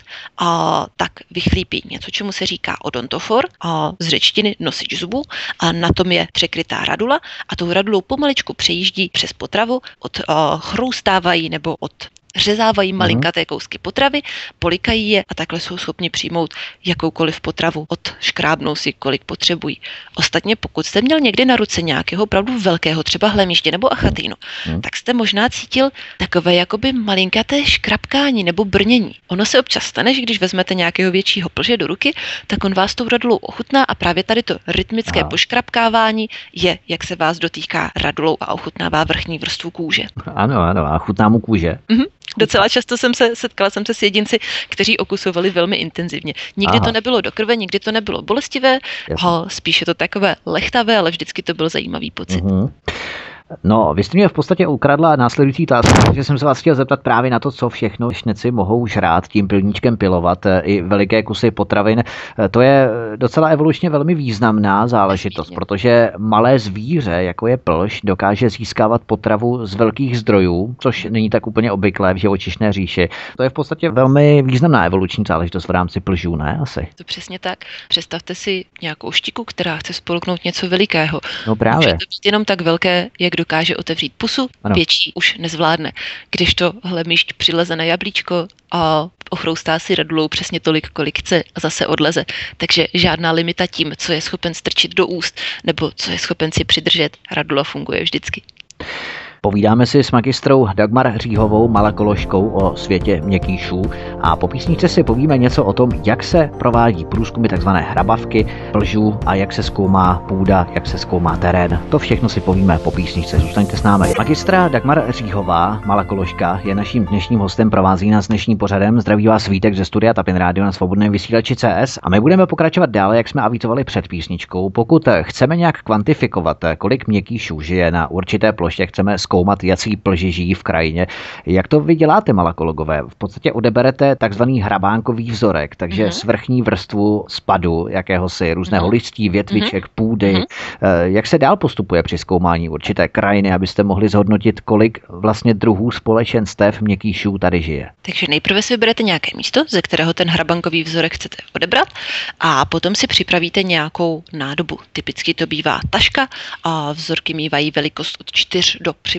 a tak vychlípí něco, čemu se říká odontofor, a z řečtiny nosič zubu, a na tom je překrytá radula a tou radulou pomaličku přejíždí přes potravu, od uh, chroustávají nebo od řezávají malinkaté kousky potravy, polikají je a takhle jsou schopni přijmout jakoukoliv potravu, odškrábnou si, kolik potřebují. Ostatně, pokud jste měl někdy na ruce nějakého opravdu velkého, třeba hlemýždě nebo achatýnu, hmm. tak jste možná cítil takové jakoby malinkaté škrapkání nebo brnění. Ono se občas stane, že když vezmete nějakého většího plže do ruky, tak on vás tou radulou ochutná a právě tady to rytmické Aha. poškrapkávání je, jak se vás dotýká radulou a ochutnává vrchní vrstvu kůže. Ano, ano, a chutná mu kůže. Mhm. Docela často jsem se setkala jsem se s jedinci, kteří okusovali velmi intenzivně. Nikdy Aha. to nebylo do krve, nikdy to nebylo bolestivé, a spíš je to takové lehtavé, ale vždycky to byl zajímavý pocit. Uh-huh. No, vy jste mě v podstatě ukradla následující otázku, že jsem se vás chtěl zeptat právě na to, co všechno šneci mohou žrát, tím pilníčkem pilovat, i veliké kusy potravin. To je docela evolučně velmi významná záležitost, protože malé zvíře, jako je plž, dokáže získávat potravu z velkých zdrojů, což není tak úplně obvyklé v živočišné říši. To je v podstatě velmi významná evoluční záležitost v rámci plžů, ne? Asi. To přesně tak. Představte si nějakou štiku, která chce spolknout něco velikého. No právě. Může to být jenom tak velké, jak dokáže otevřít pusu, ano. Větší už nezvládne. Když to hlemýžď přileze na jablíčko a ochroustá si radulou přesně tolik, kolik chce a zase odleze. Takže žádná limita tím, co je schopen strčit do úst nebo co je schopen si přidržet, radula funguje vždycky. Povídáme si s magistrou Dagmar Hříhovou Malakoložkou o světě měkkýšů a po písničce si povíme něco o tom, jak se provádí průzkumy tzv. Hrabavky plžů a jak se zkoumá půda, jak se zkoumá terén. To všechno si povíme po písničce. Zůstaňte s námi. Magistra Dagmar Hříhová Malakoložka je naším dnešním hostem, provází nás dnešním pořadem. Zdraví vás Vítek ze studia Tapin Rádio na svobodném vysílači C S a my budeme pokračovat dále, jak jsme avizovali před písničkou. Pokud chceme nějak kvantifikovat, kolik měkkýšů žije na určité ploše, chceme zkoumat, jací plži žijí v krajině. Jak to vy děláte, malakologové? V podstatě odeberete takzvaný hrabánkový vzorek, takže mm-hmm. svrchní vrstvu spadu, jakéhosi různého mm-hmm. listí, větviček, půdy. Mm-hmm. Jak se dál postupuje při zkoumání určité krajiny, abyste mohli zhodnotit, kolik vlastně druhů společenstev měkkýšů tady žije? Takže nejprve si vyberete nějaké místo, ze kterého ten hrabankový vzorek chcete odebrat, a potom si připravíte nějakou nádobu. Typicky to bývá taška a vzorky mívají velikost od čtyř do přibližně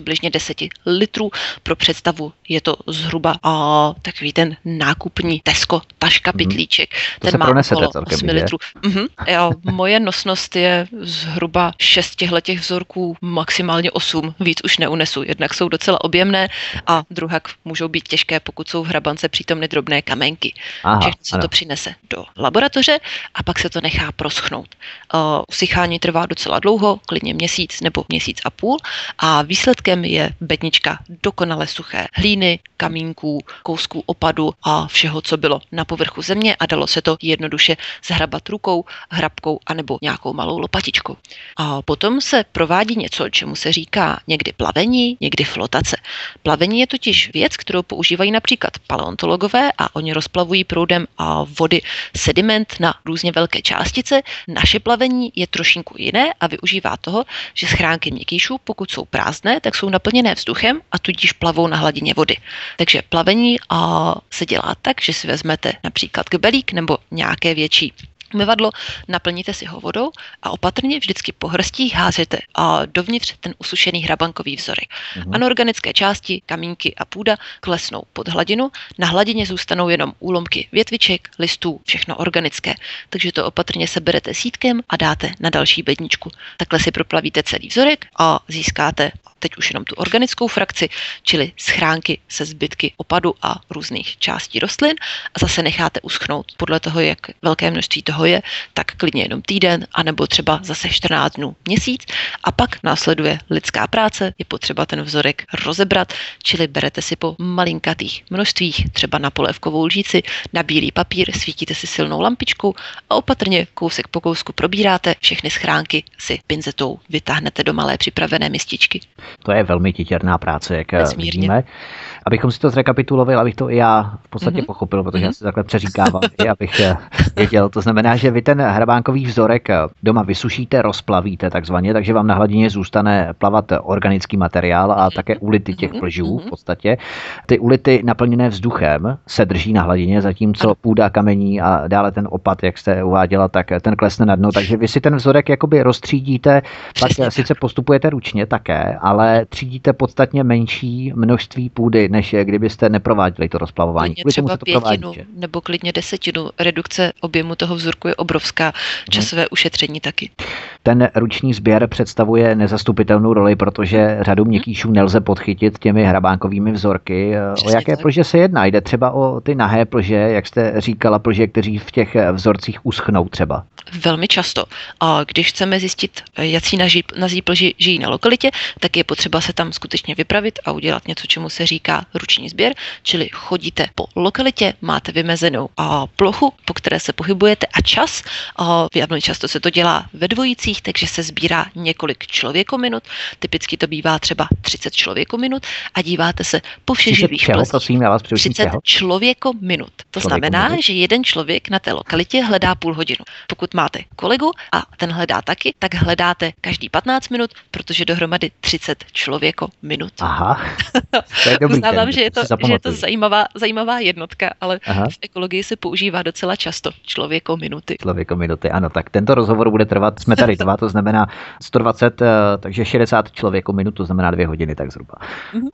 přibližně deset litrů. Pro představu je to zhruba a, takový ten nákupní Tesco taška Mhm. pytlíček. To se Ten má pronesete okolo celkem, osm že? litrů. Mhm. Jo, moje nosnost je zhruba šest těchto vzorků, maximálně osm. Víc už neunesu. Jednak jsou docela objemné a druhak můžou být těžké, pokud jsou v hrabance přítomny drobné kamenky. Aha, Všechno se ano. to přinese do laboratoře a pak se to nechá proschnout. Uh, usychání trvá docela dlouho, klidně měsíc nebo měsíc a půl a výsledkem je bednička dokonale suché hlíny, kamínků, kousků opadu a všeho, co bylo na povrchu země a dalo se to jednoduše zhrabat rukou, hrabkou anebo nějakou malou lopatičkou. A potom se provádí něco, čemu se říká někdy plavení, někdy flotace. Plavení je totiž věc, kterou používají například paleontologové a oni rozplavují proudem a vody sediment na různě velké částice. Naše plavení je trošinku jiné a využívá toho, že schránky měkkýšů, pokud jsou prázdné, tak jsou naplněné vzduchem a tudíž plavou na hladině vody. Takže plavení a, se dělá tak, že si vezmete například kbelík nebo nějaké větší umyvadlo, naplníte si ho vodou a opatrně vždycky po hrstích házete a dovnitř ten usušený hrabankový vzorek. Mhm. Anorganické části, kamínky a půda klesnou pod hladinu, na hladině zůstanou jenom úlomky větviček, listů, všechno organické. Takže to opatrně seberete sítkem a dáte na další bedničku. Takhle si proplavíte celý vzorek a získáte teď už jenom tu organickou frakci, čili schránky se zbytky opadu a různých částí rostlin a zase necháte uschnout. Podle toho, jak velké množství toho je, tak klidně jenom týden, anebo třeba zase čtrnáct dnů, měsíc a pak následuje lidská práce, je potřeba ten vzorek rozebrat, čili berete si po malinkatých množstvích, třeba na polévkovou lžíci, na bílý papír, svítíte si silnou lampičkou a opatrně kousek po kousku probíráte, všechny schránky si pinzetou vytáhnete do malé připravené mističky. To je velmi titěrná práce, jak Nesmírně. vidíme. Abychom si to zrekapitulovali, abych to i já v podstatě Mhm. pochopil, protože já Mhm. si takhle přeříkávám, i abych eh, věděl. To znamená, že vy ten hrabánkový vzorek eh, doma vysušíte, rozplavíte takzvaně, takže vám na hladině zůstane plavat organický materiál a také ulity těch Mhm. plžů v Mhm. podstatě. Ty ulity naplněné vzduchem se drží na hladině, zatímco Ano. půda, kamení a dále ten opad, jak jste uváděla, tak ten klesne na dno. Takže vy si ten vzorek jakoby rozstřídíte, pak Přesně eh, tak. sice postupujete ručně také, ale třídíte podstatně menší množství půdy, než kdybyste neprováděli to rozplavování. Klidně Kvůli tomu třeba se to provádí, pětinu že? nebo klidně desetinu. Redukce objemu toho vzorku je obrovská. Časové ušetření taky. Ten ruční sběr představuje nezastupitelnou roli, protože řadu měkkýšů nelze podchytit těmi hrabánkovými vzorky. O Přesně jaké tak. plže se jedná? Jde třeba o ty nahé plže, jak jste říkala, plže, kteří v těch vzorcích uschnou třeba. Velmi často. A když chceme zjistit, jací naží, nazí plži žijí na lokalitě, tak je potřeba se tam skutečně vypravit a udělat něco, čemu se říká ruční sběr, čili chodíte po lokalitě, máte vymezenou a plochu, po které se pohybujete a čas. A velmi často se to dělá ve dvojicích, takže se sbírá několik člověkominut. Typicky to bývá třeba třicet člověkominut a díváte se po všech třicet živých čeho, plezích. prosím, já vás přeruším, třicet čeho? člověkominut. To Člověkominut. znamená, že jeden člověk na té lokalitě hledá půl hodinu. Pokud máte kolegu a ten hledá taky, tak hledáte každý patnáct minut, protože dohromady třicet člověkominut. Aha, to je dobrý Uznávám, ten, že je to, si že je to zapamatuju. zajímavá, zajímavá jednotka, ale Aha. v ekologii se používá docela často člověkominuty. Člověkominuty, ano, tak tento rozhovor bude trvat, jsme tady dva, to znamená sto dvacet, eh, takže šedesát člověkominut, to znamená dvě hodiny tak zhruba. Mhm.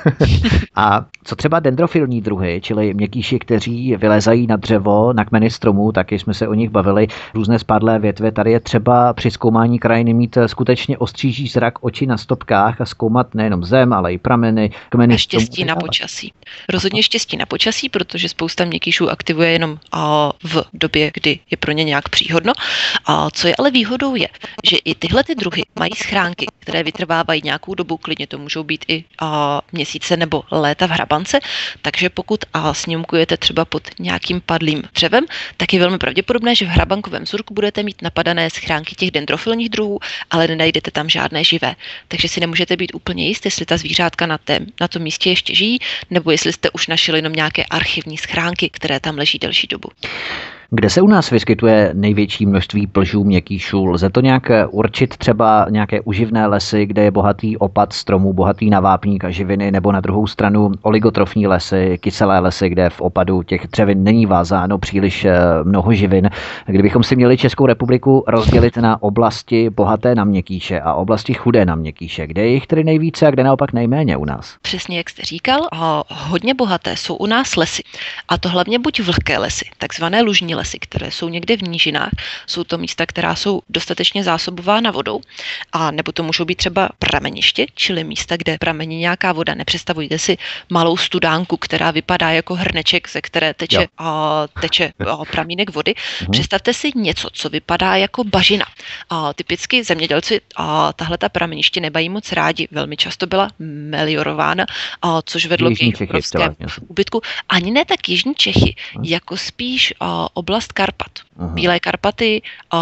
A co třeba dendrofilní druhy, čili měkkýši, kteří vylézají na dřevo, na kmeny stromů, taky jsme se o nich bavili, různé spadlé větve, tady je třeba při zkoumání krajiny mít skutečně ostříží zrak, oči na stopkách a zkoumat nejenom zem, ale i prameny, kmeny A štěstí stromů. na počasí. Rozhodně štěstí na počasí, protože spousta měkkýšů aktivuje jenom a, v době, kdy je pro ně nějak příhodno. A co je ale výhodou je, že i tyhle ty druhy mají schránky, které vytrvávají nějakou dobu, klidně to můžou být i a, měsíce nebo léta v hrabance, takže pokud a sněmkujete třeba pod nějakým padlým dřevem, tak je velmi pravděpodobné, že v hrabankovém vzorku budete mít napadané schránky těch dendrofilních druhů, ale nenajdete tam žádné živé. Takže si nemůžete být úplně jist, jestli ta zvířátka na, té, na tom místě ještě žijí, nebo jestli jste už našli jenom nějaké archivní schránky, které tam leží delší dobu. Kde se u nás vyskytuje největší množství plžů, měkýšů? Lze to nějak určit, třeba nějaké uživné lesy, kde je bohatý opad stromů, bohatý na vápník a živiny, nebo na druhou stranu oligotrofní lesy, kyselé lesy, kde v opadu těch dřevin není vázáno příliš mnoho živin. Kdybychom si měli Českou republiku rozdělit na oblasti bohaté na měkýše a oblasti chudé na měkýše, kde je jich tedy nejvíce a kde naopak nejméně u nás? Přesně jak jste říkal, hodně bohaté jsou u nás lesy. A to hlavně buď vlhké lesy, takzvané lužní lesy, které jsou někde v nížinách. Jsou to místa, která jsou dostatečně zásobována vodou, a nebo to můžou být třeba prameniště, čili místa, kde pramení nějaká voda. Nepředstavujte si malou studánku, která vypadá jako hrneček, ze které teče, a, teče a, pramínek vody. Mhm. Představte si něco, co vypadá jako bažina. A typicky zemědělci a tahle ta prameniště nemají moc rádi. Velmi často byla meliorována, a, což vedlo k jejich obrovskému úbytku. Ani ne tak jižní Čechy, mhm. jako spíš a, oblast Karpat. Aha. Bílé Karpaty,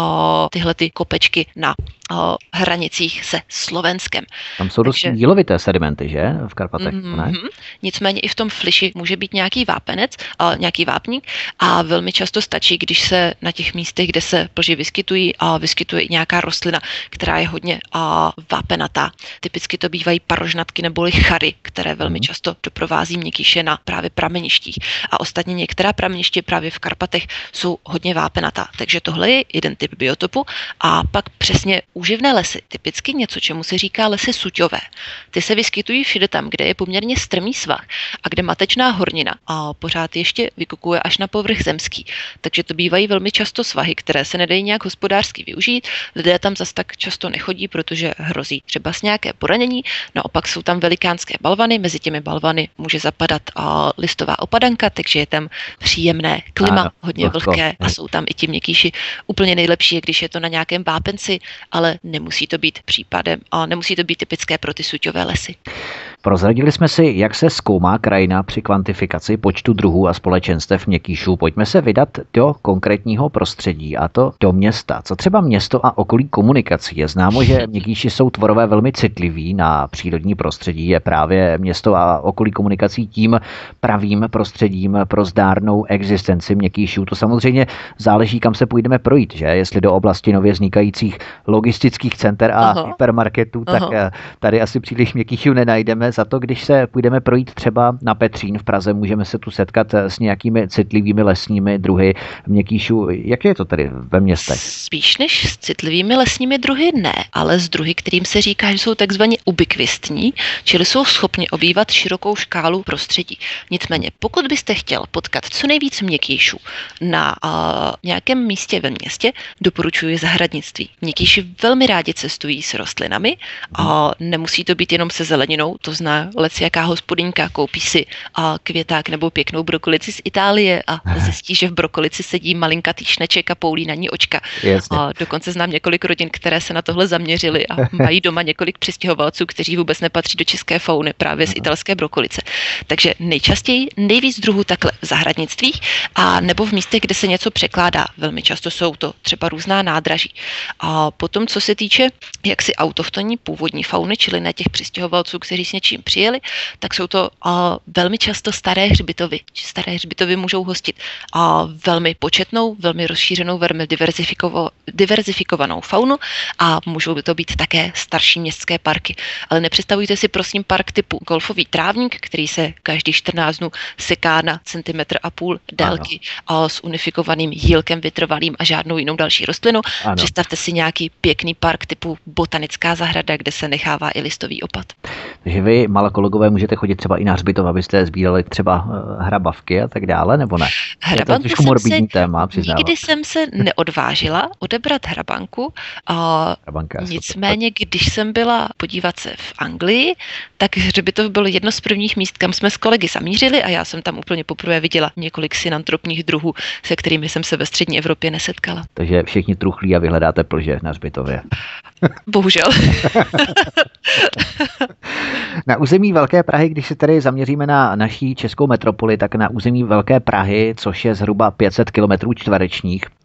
a tyhle ty kopečky na a, hranicích se Slovenskem. Tam jsou dost Takže... jílovité sedimenty, že? V Karpatech, mm-hmm. ne? Nicméně i v tom Fliši může být nějaký vápenec, a nějaký vápník, a velmi často stačí, když se na těch místech, kde se plži vyskytují, a vyskytuje i nějaká rostlina, která je hodně a, vápenatá. Typicky to bývají parožnatky nebo chary, které velmi mm. často doprovází měkýše na právě prameništích. A ostatně některá prameniště právě v Karpatech jsou hodně vápenatá. Takže tohle je jeden typ biotopu. A pak přesně úživné lesy, typicky něco, čemu se říká lesy suťové. Ty se vyskytují všude tam, kde je poměrně strmý svah a kde matečná hornina a pořád ještě vykukuje až na povrch zemský. Takže to bývají velmi často svahy, které se nedají nějak hospodářsky využít. Lidé tam zas tak často nechodí, protože hrozí třeba s nějaké poranění. Naopak jsou tam velikánské balvany, mezi těmi balvany může zapadat a listová opadanka, takže je tam příjemné klima, ano, hodně vlhké, a jsou tam i ti měkýši. Úplně nejlepší je, když je to na nějakém vápenci, ale nemusí to být případem a nemusí to být typické pro ty suťové lesy. Prozradili jsme si, jak se zkoumá krajina při kvantifikaci počtu druhů a společenstev měkýšů. Pojďme se vydat do konkrétního prostředí, a to do města. Co třeba město a okolí komunikací? Je známo, že měkýši jsou tvorové velmi citliví na přírodní prostředí. Je právě město a okolí komunikací tím pravým prostředím pro zdárnou existenci měkýšů. To samozřejmě záleží, kam se půjdeme projít, že? Jestli do oblasti nově vznikajících logistických center a Aha. hypermarketů, tak Aha. tady asi příliš měkýšů nenajdeme. Za to, když se půjdeme projít třeba na Petřín v Praze, můžeme se tu setkat s nějakými citlivými lesními druhy měkýšů. Jak je to tedy ve městech? Spíš než s citlivými lesními druhy ne, ale s druhy, kterým se říká, že jsou takzvaně ubikvistní, čili jsou schopni obývat širokou škálu prostředí. Nicméně, pokud byste chtěl potkat co nejvíc měkýšů na a, nějakém místě ve městě, doporučuji zahradnictví. Měkýši velmi rádi cestují s rostlinami a nemusí to být jenom se zeleninou, to zná lecjaká hospodyňka, koupí si a květák nebo pěknou brokolici z Itálie a zjistí, že v brokolici sedí malinkatý šneček a poulí na ní očka. Jasně. A dokonce znám několik rodin, které se na tohle zaměřily a mají doma několik přistěhovalců, kteří vůbec nepatří do české fauny, právě z italské brokolice. Takže nejčastěji nejvíc druhů takhle v zahradnictvích a nebo v místech, kde se něco překládá. Velmi často jsou to třeba různá nádraží. A potom, co se týče jaksi autochtonní původní fauny, čili ne těch přistěhovalců, kteří s něčím přijeli, tak jsou to a, velmi často staré hřbitovy. Staré hřbitovy můžou hostit a, velmi početnou, velmi rozšířenou, velmi diverzifiko- diverzifikovanou faunu a můžou to být také starší městské parky. Ale nepředstavujte si prosím park typu golfový trávník, který se každý čtrnáct dnů seká na centimetr a půl délky a s unifikovaným jílkem vytrvalým a žádnou jinou další rostlinu. Ano. Představte si nějaký pěkný park typu botanická zahrada, kde se nechává i listový opad. Takže vy, malakologové, můžete chodit třeba i na hřbitov, abyste sbírali třeba hrabavky a tak dále, nebo ne? Hrabanku je to morbidní se, téma, přiznávat. Nikdy jsem se neodvážila odebrat hrabanku. A nicméně, když jsem byla podívat se v Anglii, tak hřbitov byl jedno z prvních míst, kam jsme s kolegy zamířili a já jsem tam úplně poprvé viděla několik synantropních druhů, se kterými jsem se ve střední Evropě nesetkala. Takže všichni truchlí a vyhledáte plže na hřbitově. Bohužel. Na území Velké Prahy, když se tedy zaměříme na naší českou metropoli, tak na území Velké Prahy, což je zhruba pět set kilometrů čtverečních,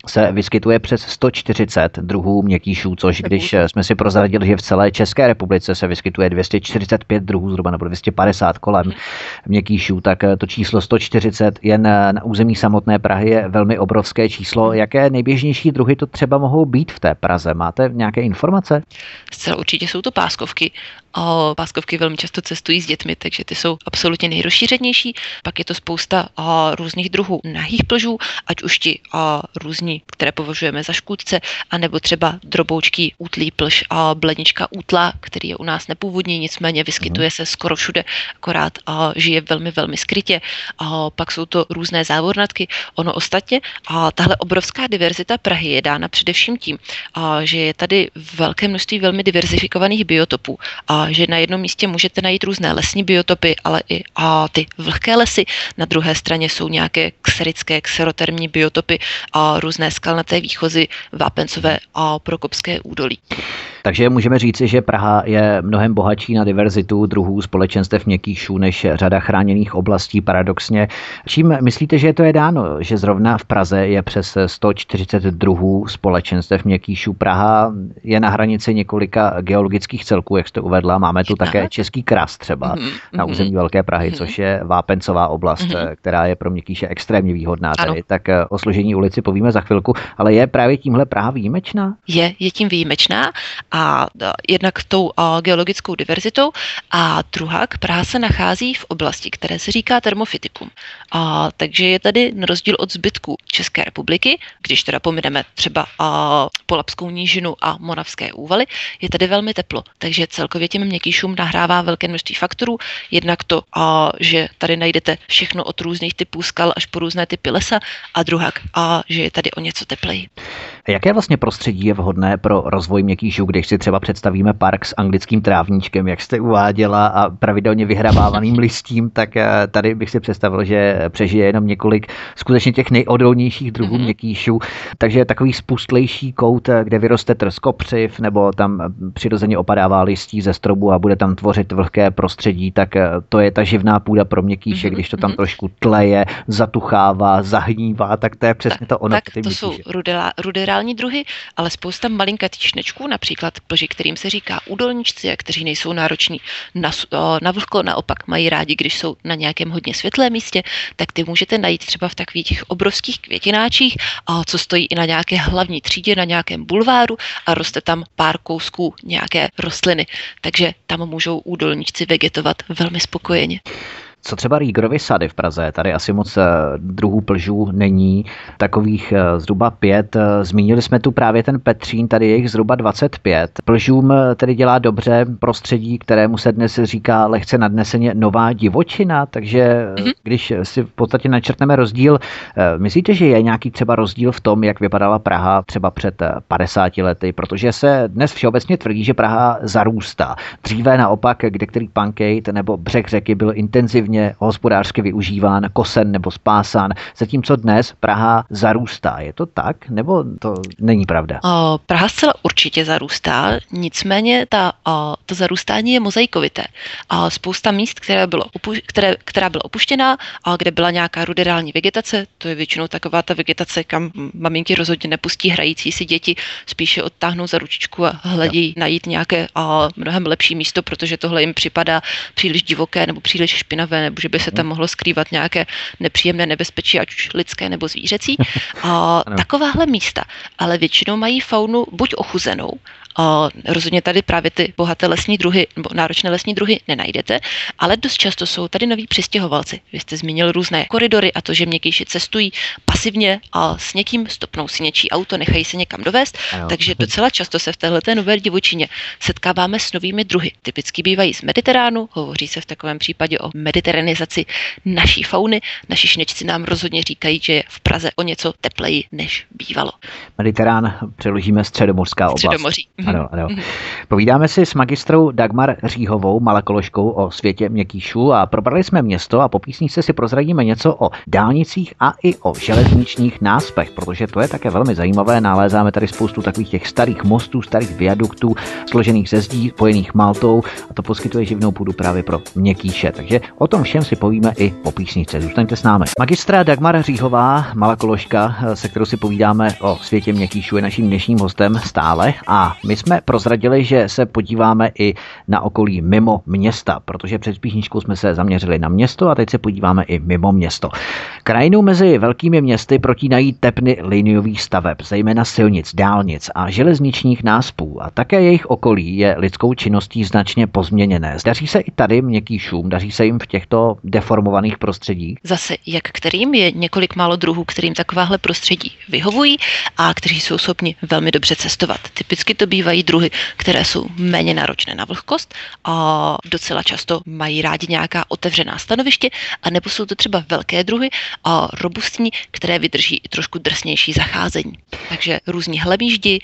se vyskytuje přes sto čtyřicet druhů měkkýšů, což když jsme si prozradili, že v celé České republice se vyskytuje dvě stě čtyřicet pět druhů, zhruba nebo dvě stě padesát kolem měkkýšů, tak to číslo sto čtyřicet jen na území samotné Prahy je velmi obrovské číslo. Jaké nejběžnější druhy to třeba mohou být v té Praze? Máte nějaké informace? Zcela určitě jsou to páskovky. O, páskovky velmi často cestují s dětmi, takže ty jsou absolutně nejrozšířenější. Pak je to spousta o, různých druhů nahých plžů, ať už ti o, různí, které považujeme za škůdce, anebo třeba droboučký útlý plž a blednička útla, který je u nás nepůvodní, nicméně vyskytuje se skoro všude, akorát o, žije velmi, velmi skrytě. O, pak jsou to různé závornatky. Ono ostatně, a tahle obrovská diverzita Prahy je dána především tím, a, že je tady velké množství velmi diverzifikovaných biotopů. A že na jednom místě můžete najít různé lesní biotopy, ale i a ty vlhké lesy. Na druhé straně jsou nějaké xerické, xerotermní biotopy a různé skalnaté výchozy, vápencové a prokopské údolí. Takže můžeme říci, že Praha je mnohem bohatší na diverzitu druhů společenstev měkkýšů než řada chráněných oblastí paradoxně. Čím myslíte, že to je dáno, že zrovna v Praze je přes sto čtyřicet druhů společenstev měkkýšů? Praha je na hranici několika geologických celků, jak jste uvedla. Máme tu také Český kras třeba mm-hmm. na území Velké Prahy, mm-hmm. což je vápencová oblast, mm-hmm. která je pro měkkýše extrémně výhodná. Tady. Tak o složení ulici povíme za chvilku, ale je právě tímhle Praha výjimečná? Je, je tím výjimečná. A jednak tou a, geologickou diverzitou a druhak Praha se nachází v oblasti, které se říká termofitikum. A, takže je tady na rozdíl od zbytku České republiky, když teda pomineme třeba a, Polabskou nížinu a Moravské úvaly, je tady velmi teplo. Takže celkově těm měkkýšům nahrává velké množství faktorů. Jednak to, a, že tady najdete všechno od různých typů skal až po různé typy lesa a druhak, a, že je tady o něco tepleji. Jaké vlastně prostředí je vhodné pro rozvoj měkkýšů, když si třeba představíme park s anglickým trávníčkem, jak jste uváděla, a pravidelně vyhrabávaným listím, tak tady bych si představil, že přežije jenom několik skutečně těch nejodolnějších druhů mm-hmm. měkkýšů. Takže takový spustlejší kout, kde vyroste trs kopřiv, nebo tam přirozeně opadává listí ze stromu a bude tam tvořit vlhké prostředí, tak to je ta živná půda pro měkkýše, mm-hmm. když to tam trošku tleje, zatuchává, zahnívá, tak to je přesně to ono. Tak to jsou ruderální druhy, ale spousta malinkatých šnečků, například plži, kterým se říká údolníčci, a kteří nejsou nároční na, na vlhko, naopak mají rádi, když jsou na nějakém hodně světlém místě, tak ty můžete najít třeba v takových těch obrovských květináčích, co stojí i na nějaké hlavní třídě, na nějakém bulváru a roste tam pár kousků nějaké rostliny. Takže tam můžou údolníčci vegetovat velmi spokojeně. Co třeba Rýgerovy sady v Praze? Tady asi moc druhů plžů není, takových zhruba pět. Zmínili jsme tu právě ten Petřín, tady je jich zhruba dvacet pět. Plžům tedy dělá dobře prostředí, kterému se dnes říká lehce nadneseně nová divočina, takže mm-hmm. když si v podstatě načrtneme rozdíl, myslíte, že je nějaký třeba rozdíl v tom, jak vypadala Praha třeba před padesáti lety, protože se dnes všeobecně tvrdí, že Praha zarůstá. Dříve naopak, kde který pankejt nebo břeh řeky byl intenzivně hospodářsky využíván, kosen nebo spásán, zatímco dnes Praha zarůstá. Je to tak, nebo to není pravda? O, Praha zcela určitě zarůstá, nicméně ta, o, to zarůstání je mozaikovité. A spousta míst, které bylo opu- které, která byla opuštěná a kde byla nějaká ruderální vegetace, to je většinou taková ta vegetace, kam maminky rozhodně nepustí hrající si děti, spíše odtáhnou za ručičku a hledějí najít nějaké a, mnohem lepší místo, protože tohle jim připadá příliš divoké nebo příliš špinavé, nebo že by se tam mohlo skrývat nějaké nepříjemné nebezpečí, ať už lidské nebo zvířecí. A takováhle místa, ale většinou mají faunu buď ochuzenou, a rozhodně tady právě ty bohaté lesní druhy nebo náročné lesní druhy nenajdete, ale dost často jsou tady noví přistěhovalci. Vy jste zmínil různé koridory a to, že měkkýši cestují pasivně a s někým stopnou si něčí auto, nechají se někam dovést, takže docela často se v téhleté nové divočině setkáváme s novými druhy. Typicky bývají z Mediteránu, hovoří se v takovém případě o mediteranizaci naší fauny. Naši šnečci nám rozhodně říkají, že je v Praze o něco tepleji než bývalo. Mediterán přeložíme středomořská oblast. Středomoří. Ano, ano. Povídáme si s magistrou Dagmar Říhovou, malakoložkou, o světě měkkýšů a probrali jsme město a po písničce si prozradíme něco o dálnicích a i o železničních náspech, protože to je také velmi zajímavé. Nalézáme tady spoustu takových těch starých mostů, starých viaduktů, složených ze zdí, spojených maltou a to poskytuje živnou půdu právě pro měkkýše. Takže o tom všem si povíme i po písničce. Zůstaňte s námi. Magistra Dagmar Říhová, malakoložka, se kterou si povídáme o světě měkkýšů, je naším dnešním hostem stále a my jsme prozradili, že se podíváme i na okolí mimo města, protože před písničkou jsme se zaměřili na město a teď se podíváme i mimo město. Krajinu mezi velkými městy protínají tepny liniových staveb, zejména silnic, dálnic a železničních náspů a také jejich okolí je lidskou činností značně pozměněné. Daří se i tady měkkýšům, daří se jim v těchto deformovaných prostředích? Zase jak kterým je několik málo druhů, kterým takováhle prostředí vyhovují a kteří jsou schopni velmi dobře cestovat. Typicky to bývají druhy, které jsou méně náročné na vlhkost a docela často mají rádi nějaká otevřená stanoviště, anebo jsou to třeba velké druhy a robustní, které vydrží i trošku drsnější zacházení. Takže různí hlemýždi,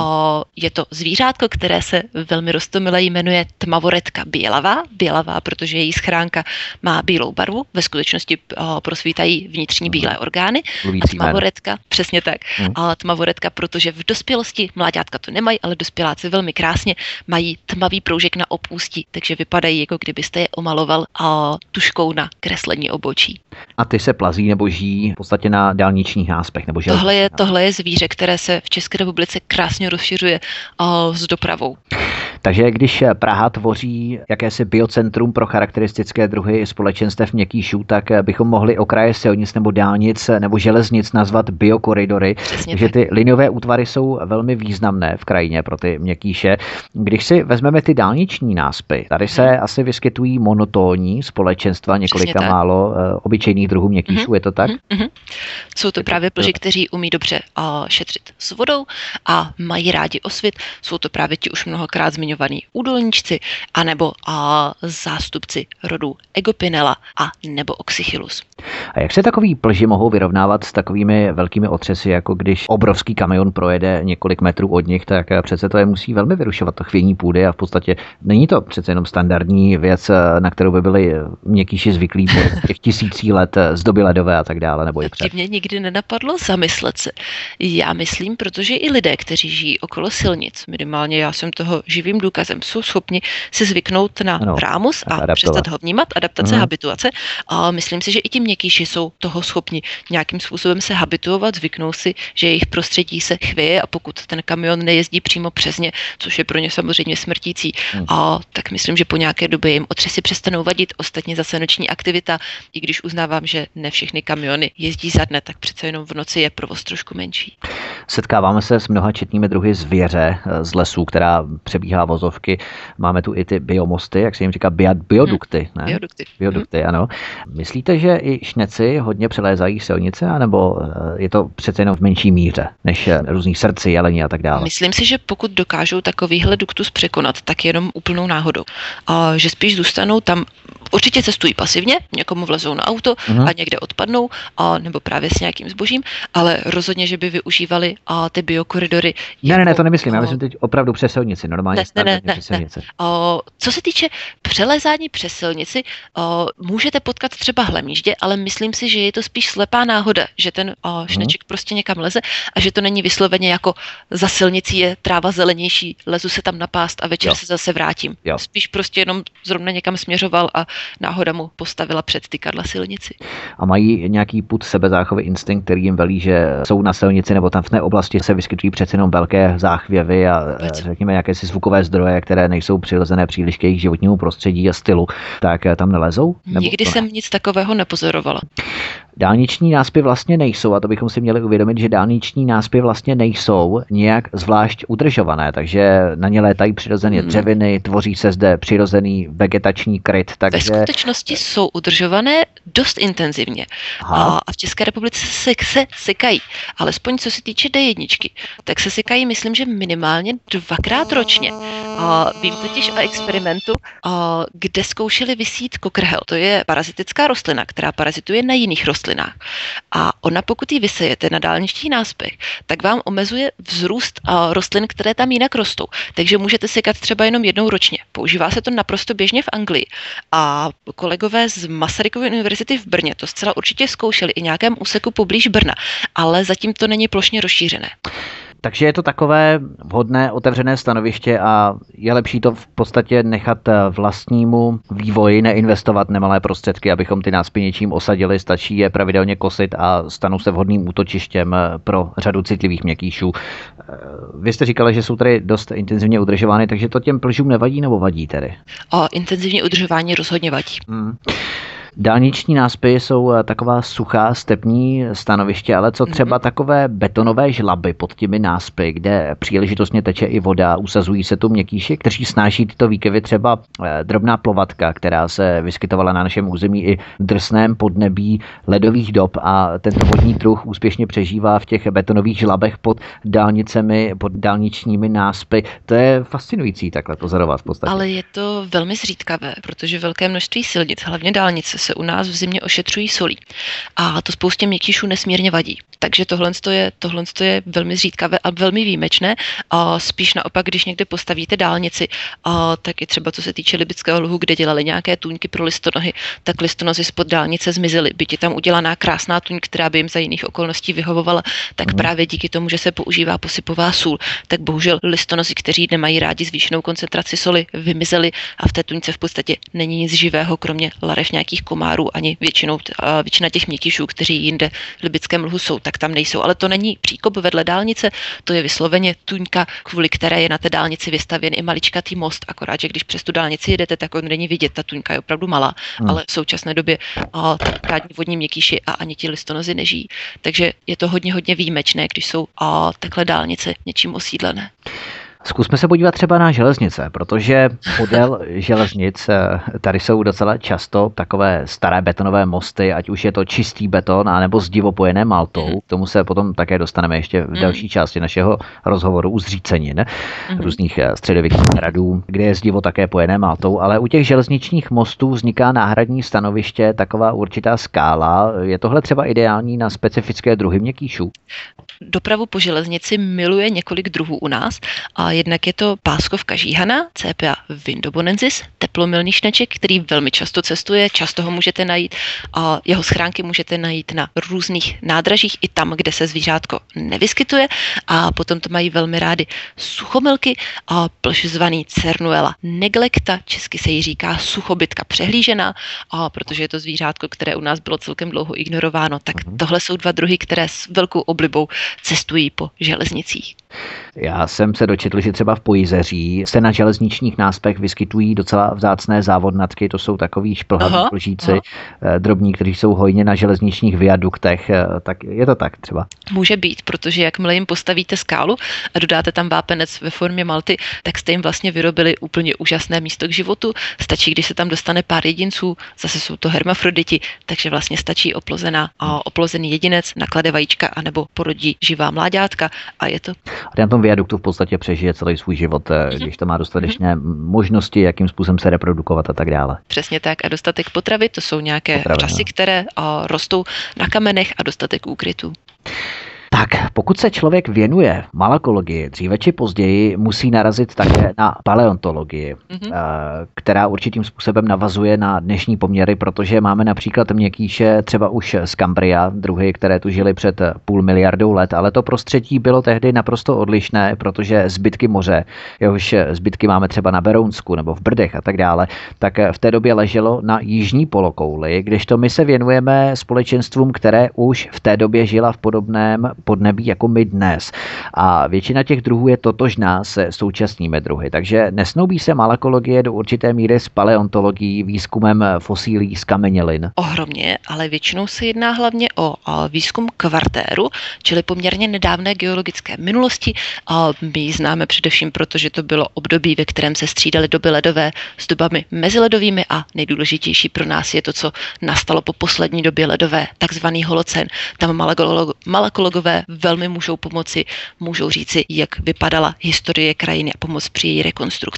a je to zvířátko, které se velmi roztomile jmenuje tmavoredka bělavá, bělavá, protože její schránka má bílou barvu, ve skutečnosti prosvítají vnitřní bílé orgány. A tmavoredka, přesně tak, a tmavoredka, protože v dospělosti mláďátka to nemají, ale dospěláci velmi krásně mají tmavý proužek na obústí, takže vypadají, jako kdybyste je omaloval a tuškou na kreslení obočí. A ty se plazí nebo žijí v podstatě na dálničních náspech nebo železničních. Tohle je, tohle je zvíře, které se v České republice krásně rozšiřuje uh, s dopravou. Takže když Praha tvoří jakési biocentrum pro charakteristické druhy společenstev měkkýšů, tak bychom mohli okraje silnic nebo dálnic nebo železnic nazvat biokoridory. Přesně Takže tak. ty liniové útvary jsou velmi významné v krajině pro ty měkkýše. Když si vezmeme ty dálniční náspy, tady se hmm. asi vyskytují monotónní společenstva několika málo uh, obyčejných druhů měkkýšů, hmm. je to tak? Hmm. Jsou to právě plži, kteří umí dobře uh, šetřit s vodou a mají rádi osvit. Jsou to právě ti už mnohokrát zmiňovaní údolníčci, anebo a zástupci rodů Egopinela a nebo Oxychilus. A jak se takový plži mohou vyrovnávat s takovými velkými otřesy, jako když obrovský kamion projede několik metrů od nich, tak přece to je musí velmi vyrušovat to chvění půdy a v podstatě není to přece jenom standardní věc, na kterou by byli měkkýši zvyklí po těch tisící let z doby ledové a tak dále, nebo i před. Mě nikdy nenapadlo zamyslet se. Já myslím, protože i lidé, kteří žijí okolo silnic, minimálně já jsem toho živým důkazem, jsou schopni si zvyknout na ano, rámus a adaptovat. Přestat ho vnímat, adaptace, hmm. habituace. A myslím si, že i ti měkkýši jsou toho schopni nějakým způsobem se habituovat, zvyknou si, že jejich prostředí se chvěje a pokud ten kamion nejezdí přímo přes ně, což je pro ně samozřejmě smrtící, hmm. a tak myslím, že po nějaké době jim otřesy přestanou vadit. Ostatně zase noční aktivita, i když uznávám, že ne všechny kamiony jezdí za dne, tak přece jenom v noci je provoz trošku menší. Setkáváme se s mnoha četnými druhy zvěře z lesů, která přebíhá vozovky. Máme tu i ty biomosty, jak se jim říká, biodukty. Ne? Biodukty. Biodukty, hmm. ano. Myslíte, že i šneci hodně přelézají silnice, anebo je to přece jenom v menší míře, než různý srdci, jeleni a tak dále? Myslím si, že pokud dokážou takovýhle duktus překonat, tak jenom úplnou náhodou. A že spíš zůstanou tam, určitě cestují pasivně, někomu vlezou na auto hmm. a někde odpadnou, a nebo právě s nějakým zbožím, ale rozhodně, že by využívali a ty biokoridory. Ne, ne, ne, to nemyslím. Já myslím teď opravdu přes silnici, normálně ne, ne, ne, přes silnici. Ne. O, co se týče přelézání přes silnici, o, můžete potkat třeba hlemýždě, ale myslím si, že je to spíš slepá náhoda, že ten o, šneček hmm. prostě někam leze a že to není vysloveně jako za silnicí je tráva zelenější, lezu se tam napást a večer jo. se zase vrátím. Jo. Spíš prostě jenom zrovna někam směřoval a náhoda mu postavila před tykadla silnici. A mají nějaký pud sebezáchovy instinkt, který jim velí, že jsou na silnici nebo tam v té oblasti se vyskytují přece jenom velké záchvěvy a řekněme jakési zvukové zdroje, které nejsou přirozené příliš k jejich životnímu prostředí a stylu, tak tam nelezou? Nebo Nikdy jsem nic takového nepozorovala. Dálniční náspy vlastně nejsou, a to bychom si měli uvědomit, že dálniční náspy vlastně nejsou nějak zvlášť udržované, takže na ně létají přirozeně hmm. dřeviny, tvoří se zde přirozený vegetační kryt. Takže... Ve skutečnosti jsou udržované dost intenzivně. A, a v České republice se, se sekají, alespoň co se týče dé jedna, tak se sekají, myslím, že minimálně dvakrát ročně. A vím totiž o experimentu, a kde zkoušeli vysít kokrhel. To je parazitická rostlina, která parazituje na jiných rostlinách. rostlinách. A ona, pokud ji vysejete na dálničních náspech, tak vám omezuje vzrůst rostlin, které tam jinak rostou. Takže můžete sekat třeba jenom jednou ročně. Používá se to naprosto běžně v Anglii. A kolegové z Masarykovy univerzity v Brně to zcela určitě zkoušeli i nějakém úseku poblíž Brna, ale zatím to není plošně rozšířené. Takže je to takové vhodné otevřené stanoviště a je lepší to v podstatě nechat vlastnímu vývoji, neinvestovat nemalé prostředky, abychom ty náspy něčím osadili, stačí je pravidelně kosit a stanou se vhodným útočištěm pro řadu citlivých měkkýšů. Vy jste říkali, že jsou tady dost intenzivně udržovány, takže to těm plžům nevadí nebo vadí tedy? O intenzivní udržování rozhodně vadí. Hmm. Dálniční náspy jsou taková suchá stepní stanoviště, ale co třeba takové betonové žlaby pod těmi náspy, kde příležitostně teče i voda, usazují se tu měkkýši, kteří snáší tyto výkyvy, třeba drobná plovatka, která se vyskytovala na našem území i v drsném podnebí ledových dob a tento vodní druh úspěšně přežívá v těch betonových žlabech pod dálnicemi, pod dálničními náspy. To je fascinující takhle pozorovat v podstatě. Ale je to velmi zřídkavé, protože velké množství silnic, hlavně dálnice, se u nás v zimě ošetřují solí. A to spoustě měkkýšů nesmírně vadí. Takže tohle je, tohle je velmi zřídkavé a velmi výjimečné. A spíš naopak, když někde postavíte dálnici, a tak i třeba co se týče Libického luhu, kde dělali nějaké tůňky pro listonohy, tak listonozy spod dálnice zmizely. Byť je tam udělaná krásná tůň, která by jim za jiných okolností vyhovovala, tak mm. právě díky tomu, že se používá posypová sůl, tak bohužel listonozy, kteří nemají rádi zvýšenou koncentraci soli, vymizely a v té tůňce v podstatě není nic živého, kromě larev nějakých komárů, ani většinou, většina těch měkkýšů, kteří jinde v Libickém luhu jsou, tak tam nejsou. Ale to není příkop vedle dálnice, to je vysloveně tuňka, kvůli které je na té dálnici vystavěn i maličkatý most, akorát, že když přes tu dálnici jedete, tak on není vidět, ta tuňka je opravdu malá, hmm. ale v současné době a, kádní vodní měkkýši a ani ti listonozy nežijí. Takže je to hodně, hodně výjimečné, když jsou a, takhle dálnice něčím osídlené. Zkusme se podívat třeba na železnice, protože podél železnic tady jsou docela často takové staré betonové mosty, ať už je to čistý beton, anebo zdivopojené maltou. K tomu se potom také dostaneme ještě v další části našeho rozhovoru u zřícenin různých středověkých hradů, kde je zdivo také pojené maltou, ale u těch železničních mostů vzniká náhradní stanoviště, taková určitá skála. Je tohle třeba ideální na specifické druhy měkkýšů? Dopravu po železnici miluje několik druhů u nás a jednak je to páskovka žíhana, Cepea vindobonensis, teplomilný šneček, který velmi často cestuje, často ho můžete najít a jeho schránky můžete najít na různých nádražích i tam, kde se zvířátko nevyskytuje a potom to mají velmi rády suchomilky a plž zvaný Cernuela neglecta, česky se jí říká suchobytka přehlížená, a protože je to zvířátko, které u nás bylo celkem dlouho ignorováno, tak tohle jsou dva druhy, které s velkou oblibou cestují po železnicích. Já jsem se dočetl, že třeba v Pojizeří se na železničních náspech vyskytují docela vzácné závodnatky, to jsou takový šplhaví plžíci, aha. drobní, kteří jsou hojně na železničních viaduktech, tak je to tak třeba? Může být, protože jakmile jim postavíte skálu a dodáte tam vápenec ve formě malty, tak jste jim vlastně vyrobili úplně úžasné místo k životu. Stačí, když se tam dostane pár jedinců, zase jsou to hermafroditi, takže vlastně stačí oplozená a oplozený jedinec, naklade vajíčka anebo porodí živá mláďátka a je to. A na tom viaduktu v podstatě přežije celý svůj život, když to má dostatečné možnosti, jakým způsobem se reprodukovat a tak dále. Přesně tak a dostatek potravy, to jsou nějaké potravy, řasy, no. které a, rostou na kamenech a dostatek úkrytů. Tak, pokud se člověk věnuje malakologii, dříve či později musí narazit také na paleontologii, mm-hmm. která určitým způsobem navazuje na dnešní poměry, protože máme například měkkýše třeba už z Kambria, druhy, které tu žili před půl miliardou let, ale to prostředí bylo tehdy naprosto odlišné, protože zbytky moře, jehož zbytky máme třeba na Berounsku nebo v Brdech a tak dále, tak v té době leželo na jižní polokouli, kdežto my se věnujeme společenstvům, které už v té době žila v podobném podnebí jako my dnes. A většina těch druhů je totožná se současnými druhy. Takže nesnoubí se malakologie do určité míry s paleontologií, výzkumem fosílí z kamenělin? Ohromně, ale většinou se jedná hlavně o, o výzkum kvartéru, čili poměrně nedávné geologické minulosti. A my ji známe především proto, že to bylo období, ve kterém se střídaly doby ledové s dobami meziledovými a nejdůležitější pro nás je to, co nastalo po poslední době ledové, takzvaný holocén. Tam malakologové velmi můžou pomoci, můžou říci, jak vypadala historie krajiny a pomoct při její rekonstrukci.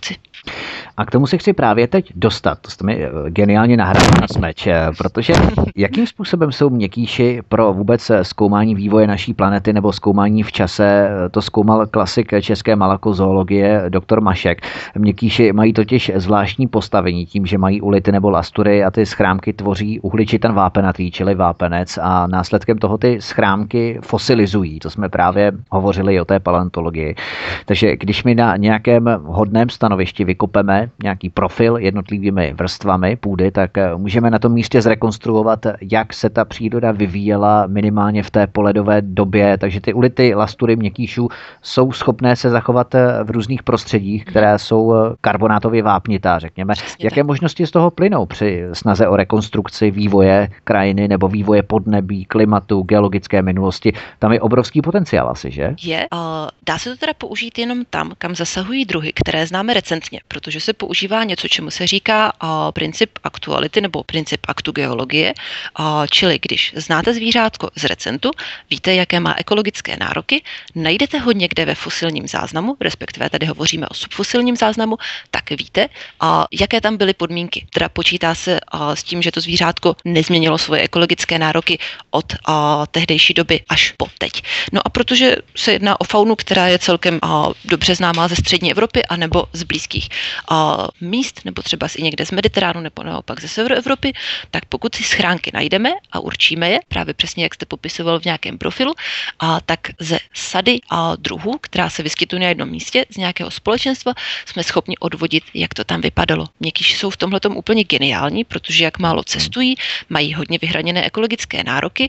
A k tomu se chci právě teď dostat. To jste mi geniálně nahrál na smeč, protože jakým způsobem jsou měkkýši pro vůbec zkoumání vývoje naší planety nebo zkoumání v čase, to zkoumal klasik české malakozoologie doktor Mašek. Měkkýši mají totiž zvláštní postavení tím, že mají ulity nebo lastury a ty schrámky tvoří uhličitan vápenatý, čili vápenec, a následkem toho ty schrámky fosilizují. To jsme právě hovořili o té paleontologii. Takže když my na nějakém hodném stanovišti vykopeme nějaký profil jednotlivými vrstvami půdy, tak můžeme na tom místě zrekonstruovat, jak se ta příroda vyvíjela minimálně v té poledové době. Takže ty ulity, lastury měkkýšů jsou schopné se zachovat v různých prostředích, které jsou karbonátově vápnitá, řekněme. Přesně Jaké tak. možnosti z toho plynou při snaze o rekonstrukci vývoje krajiny nebo vývoje podnebí, klimatu, geologické minulosti? Tam je obrovský potenciál asi, že? Je. A dá se to teda použít jenom tam, kam zasahují druhy, které známe recentně, protože se používá něco, čemu se říká a, princip aktuality nebo princip aktu geologie, a, čili když znáte zvířátko z recentu, víte, jaké má ekologické nároky, najdete ho někde ve fosilním záznamu, respektive tady hovoříme o subfosilním záznamu, tak víte, a, jaké tam byly podmínky. Teda počítá se a, s tím, že to zvířátko nezměnilo svoje ekologické nároky od a, tehdejší doby až po teď. No a protože se jedná o faunu, která je celkem a, dobře známá ze střední Evropy a nebo z blízkých a, míst, nebo třeba i někde z Mediteránu, nebo naopak ze severu Evropy, tak pokud si schránky najdeme a určíme je, právě přesně jak jste popisoval v nějakém profilu, a, tak ze sady a druhů, která se vyskytují na jednom místě z nějakého společenstva, jsme schopni odvodit, jak to tam vypadalo. Měkkýši jsou v tomhletom úplně geniální, protože jak málo cestují, mají hodně vyhraněné ekologické nároky,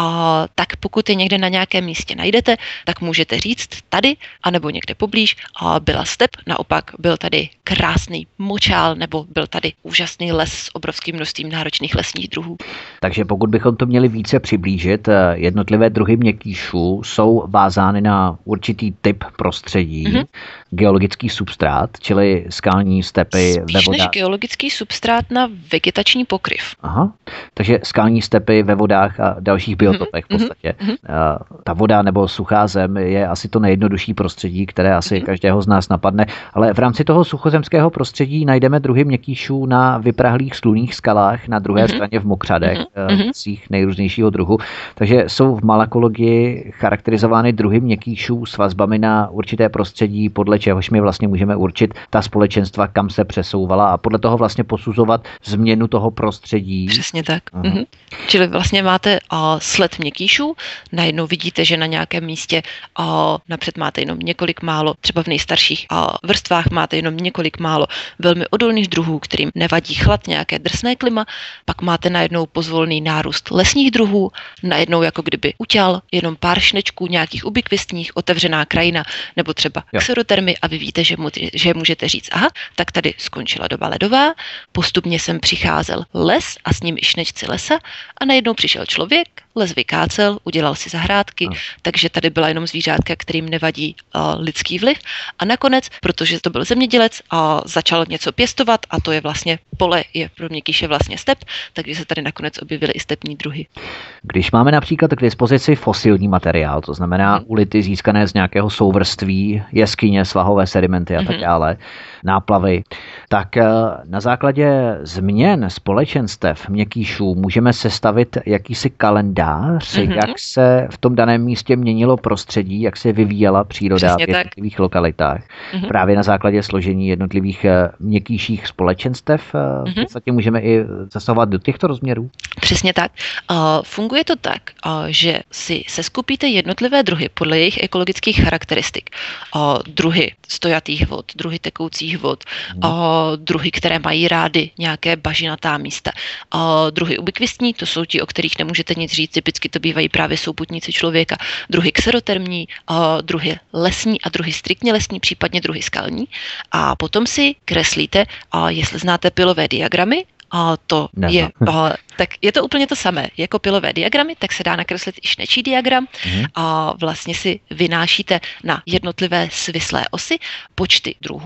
a tak pokud je někde na nějakém místě najdete, tak můžete říct tady, anebo někde poblíž, a byla step, naopak byl tady krásný močál, nebo byl tady úžasný les s obrovským množstvím náročných lesních druhů. Takže pokud bychom to měli více přiblížit, jednotlivé druhy měkkýšů jsou vázány na určitý typ prostředí, mm-hmm. geologický substrát, čili skalní stepy Spíš ve vodách. než geologický substrát na vegetační pokryv. Aha, takže skalní stepy ve vodách a dalších biotopech v podstatě. Mm-hmm. Ta voda nebo suchá zem je asi to nejjednodušší prostředí, které asi mm-hmm. každého z nás napadne, ale v rámci toho suchozemského prostředí najdeme druhy měkkýšů na vyprahlých slunných skalách, na druhé mm-hmm. straně v mokřadech, mm-hmm. svých nejrůznějšího druhu. Takže jsou v malakologii charakterizovány druhy měkkýšů s vazbami na určité prostředí, podle čehož my vlastně můžeme určit ta společenstva, kam se přesouvala, a podle toho vlastně posuzovat změnu toho prostředí. Přesně tak. Mm-hmm. Čili vlastně máte uh, sled měkkýšů, najednou vidíte, že na nějakém místě uh, napřed máte jenom několik málo, třeba v nejstarších uh, vrstvách máte jenom několik málo velmi odolných druhů, kterým nevadí chlad, nějaké drsné klima, pak máte najednou pozvolný nárůst lesních druhů, najednou jako kdyby utěl jenom pár šnečků nějakých ubikvistních, otevřená krajina, nebo třeba xerotermy, a vy víte, že, mu, že můžete říct, aha, tak tady skončila doba ledová, postupně sem přicházel les a s ním i šnečci lesa a najednou přišel člověk, les vykácel, udělal si zahrádky, no. takže tady byla jenom zvířátka, kterým nevadí uh, lidský vliv, a nakonec, protože to byl zemědělec a začal něco pěstovat, a to je vlastně pole, je pro měkkýše vlastně step, takže se tady nakonec objevily i stepní druhy. Když máme například k dispozici fosilní materiál, to znamená mm. ulity získané z nějakého souvrství, jeskyně, svahové sedimenty a mm-hmm. tak dále, náplavy, tak na základě změn společenstev měkkýšů můžeme sestavit jakýsi kalendář, mm-hmm. jak se v tom daném místě měnilo prostředí, jak se vyvíjela příroda Přesně v jednotlivých tak. lokalitách. Mm-hmm. Právě na základě složení jednotlivých měkkýších společenstev mm-hmm. v podstatě můžeme i zasahovat do těchto rozměrů. Přesně tak. Uh, funguje to tak, uh, že si seskupíte jednotlivé druhy podle jejich ekologických charakteristik. Uh, druhy stojatých vod, druhy tekoucích vod, mm. uh, druhy, které mají rády nějaké bažinatá místa. Uh, druhy ubikvistní, to jsou ti, o kterých nemůžete nic říct, typicky to bývají právě souputníci člověka. Druhy xerotermní, uh, druhy lesní a druhy striktně lesní, případně druhy skalní. A potom si kreslíte, uh, jestli znáte pilové diagramy, a to Neznam. je, a, tak je to úplně to samé. Jako pilové diagramy, tak se dá nakreslit i šnečí diagram mm. a vlastně si vynášíte na jednotlivé svislé osy počty druhů,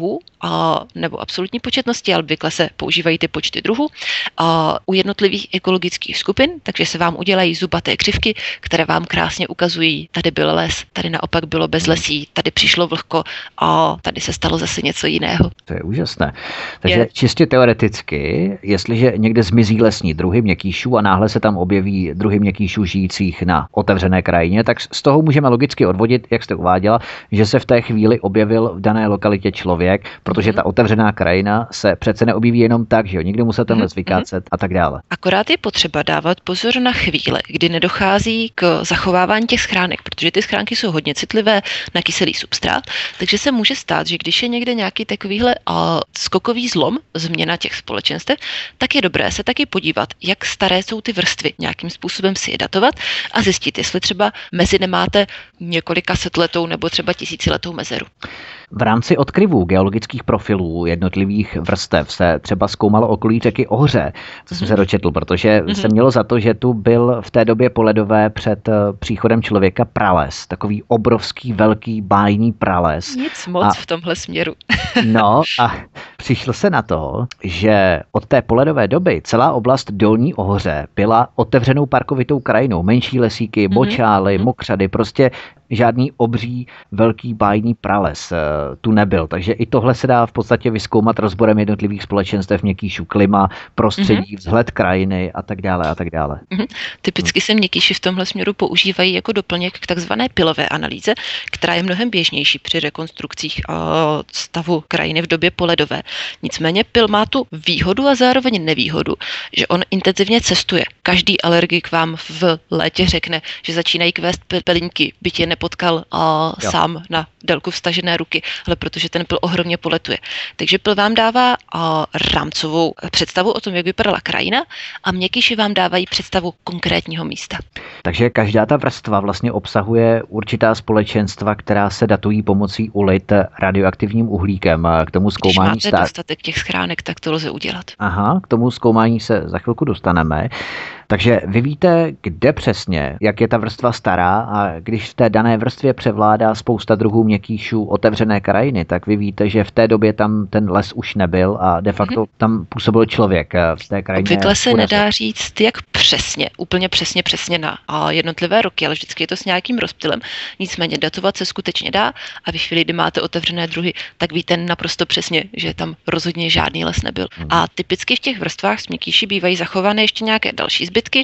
a, nebo absolutní početnosti, ale obvykle se používají ty počty druhů a, u jednotlivých ekologických skupin, takže se vám udělají zubaté křivky, které vám krásně ukazují, tady byl les, tady naopak bylo bezlesí, tady přišlo vlhko a tady se stalo zase něco jiného. To je úžasné. Takže je. Čistě teoreticky, jestliže někde zmizí lesní druhy měkkýšů a náhle se tam objeví druhy měkkýšů žijících na otevřené krajině, tak z toho můžeme logicky odvodit, jak jste uváděla, že se v té chvíli objevil v dané lokalitě člověk, protože ta otevřená krajina se přece neobjeví jenom tak, že jo, někdo musel ten les vykácet a tak dále. Akorát je potřeba dávat pozor na chvíle, kdy nedochází k zachovávání těch schránek, protože ty schránky jsou hodně citlivé na kyselý substrát, takže se může stát, že když je někde nějaký takovýhle uh, skokový zlom, změna těch společenstev, tak je dobré se taky podívat, jak staré jsou ty vrstvy, nějakým způsobem si je datovat a zjistit, jestli třeba mezi nemáte několika setletou nebo třeba tisíciletou mezeru. V rámci odkryvů geologických profilů jednotlivých vrstev se třeba zkoumalo okolí řeky Ohře, co jsem mm-hmm. se dočetl, protože mm-hmm. se mělo za to, že tu byl v té době poledové před příchodem člověka prales, takový obrovský, velký, bájný prales. Nic moc a, v tomhle směru. No a přišlo se na to, že od té poledové doby celá oblast Dolní Ohře byla otevřenou parkovitou krajinou, menší lesíky, močály, mm-hmm. mokřady, prostě žádný obří, velký bájný prales tu nebyl. Takže i tohle se dá v podstatě vyzkoumat rozborem jednotlivých společenstev měkkýšů, klima, prostředí, mm-hmm. vzhled krajiny a tak dále a tak dále. Mm-hmm. Typicky se měkkýši v tomhle směru používají jako doplněk k takzvané pilové analýze, která je mnohem běžnější při rekonstrukcích stavu krajiny v době poledové. Nicméně pil má tu výhodu a zároveň nevýhodu, že on intenzivně cestuje. Každý alergik vám v létě řekne, že začínají kvést pelinky, byť je nepotkal a sám na délku vstažené ruky, ale protože ten pil ohromně poletuje. Takže pil vám dává a, rámcovou představu o tom, jak vypadala krajina a měkkýši vám dávají představu konkrétního místa. Takže každá ta vrstva vlastně obsahuje určitá společenstva, která se datují pomocí ulit radioaktivním uhlíkem. K tomu zkoumání Když máte dostatek těch schránek, tak to lze udělat. Aha, k tomu zkoumání se za chvilku dostaneme. Takže vy víte, kde přesně, jak je ta vrstva stará a když v té dané vrstvě převládá spousta druhů měkkýšů otevřené krajiny, tak vy víte, že v té době tam ten les už nebyl a de facto mm-hmm. tam působil člověk v té krajině. Obvykle se podařil. Nedá říct, jak přesně, úplně přesně přesně na jednotlivé roky, ale vždycky je to s nějakým rozptylem. Nicméně datovat se skutečně dá a v chvíli, kdy máte otevřené druhy, tak víte naprosto přesně, že tam rozhodně žádný les nebyl. Mm-hmm. A typicky v těch vrstvách s měkkýši bývají zachované ještě nějaké další zbytky.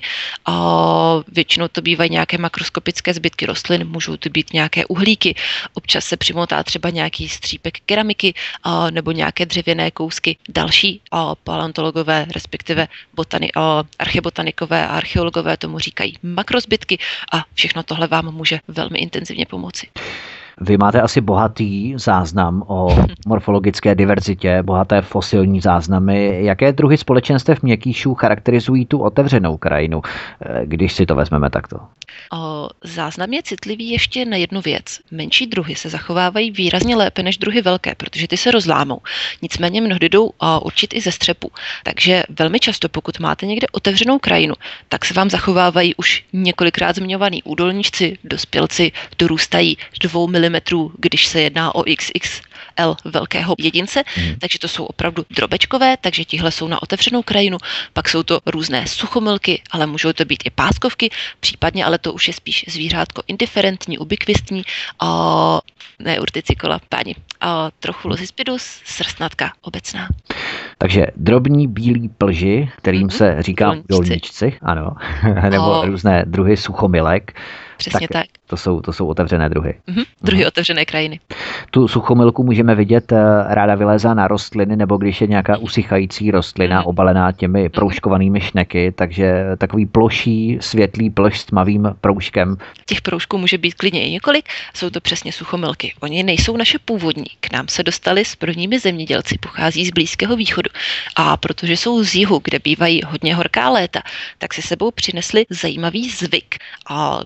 A většinou to bývají nějaké makroskopické zbytky rostlin, můžou to být nějaké uhlíky, občas se přimotá třeba nějaký střípek keramiky a, nebo nějaké dřevěné kousky. Další a, paleontologové, respektive botany, a, archebotanikové a archeologové tomu říkají makrozbytky a všechno tohle vám může velmi intenzivně pomoci. Vy máte asi bohatý záznam o morfologické diverzitě, bohaté fosilní záznamy. Jaké druhy společenstev měkkýšů charakterizují tu otevřenou krajinu, když si to vezmeme takto? O, záznam je citlivý ještě na jednu věc. Menší druhy se zachovávají výrazně lépe než druhy velké, protože ty se rozlámou. Nicméně mnohdy jdou o, určit i ze střepu. Takže velmi často, pokud máte někde otevřenou krajinu, tak se vám zachovávají už několikrát zmiňovaný údolníčci, dospělci, dorůstají dvou milimetrů, když se jedná o iks iks el velkého jedince, hmm. takže to jsou opravdu drobečkové, takže tihle jsou na otevřenou krajinu, pak jsou to různé suchomilky, ale můžou to být i páskovky, případně, ale to už je spíš zvířátko indiferentní, ubikvistní, a ne urticikola, páni, a trochu Losispidus, srstnatka obecná. Takže drobní bílí plži, kterým mm-hmm. se říká údolníčci, ano, nebo oh. různé druhy suchomilek. Přesně tak. tak. To jsou, to jsou otevřené druhy. Mm-hmm. Druhy mm-hmm. otevřené krajiny. Tu suchomilku můžeme vidět, ráda vylézá na rostliny, nebo když je nějaká usychající rostlina mm-hmm. obalená těmi proužkovanými šneky, takže takový ploší, světlý plž s tmavým proužkem. Těch proužků může být klidně i několik, jsou to přesně suchomilky. Oni nejsou naše původní, k nám se dostali s prvními zemědělci, pochází z Blízkého východu. A protože jsou z jihu, kde bývají hodně horká léta, tak si sebou přinesli zajímavý zvyk. A když je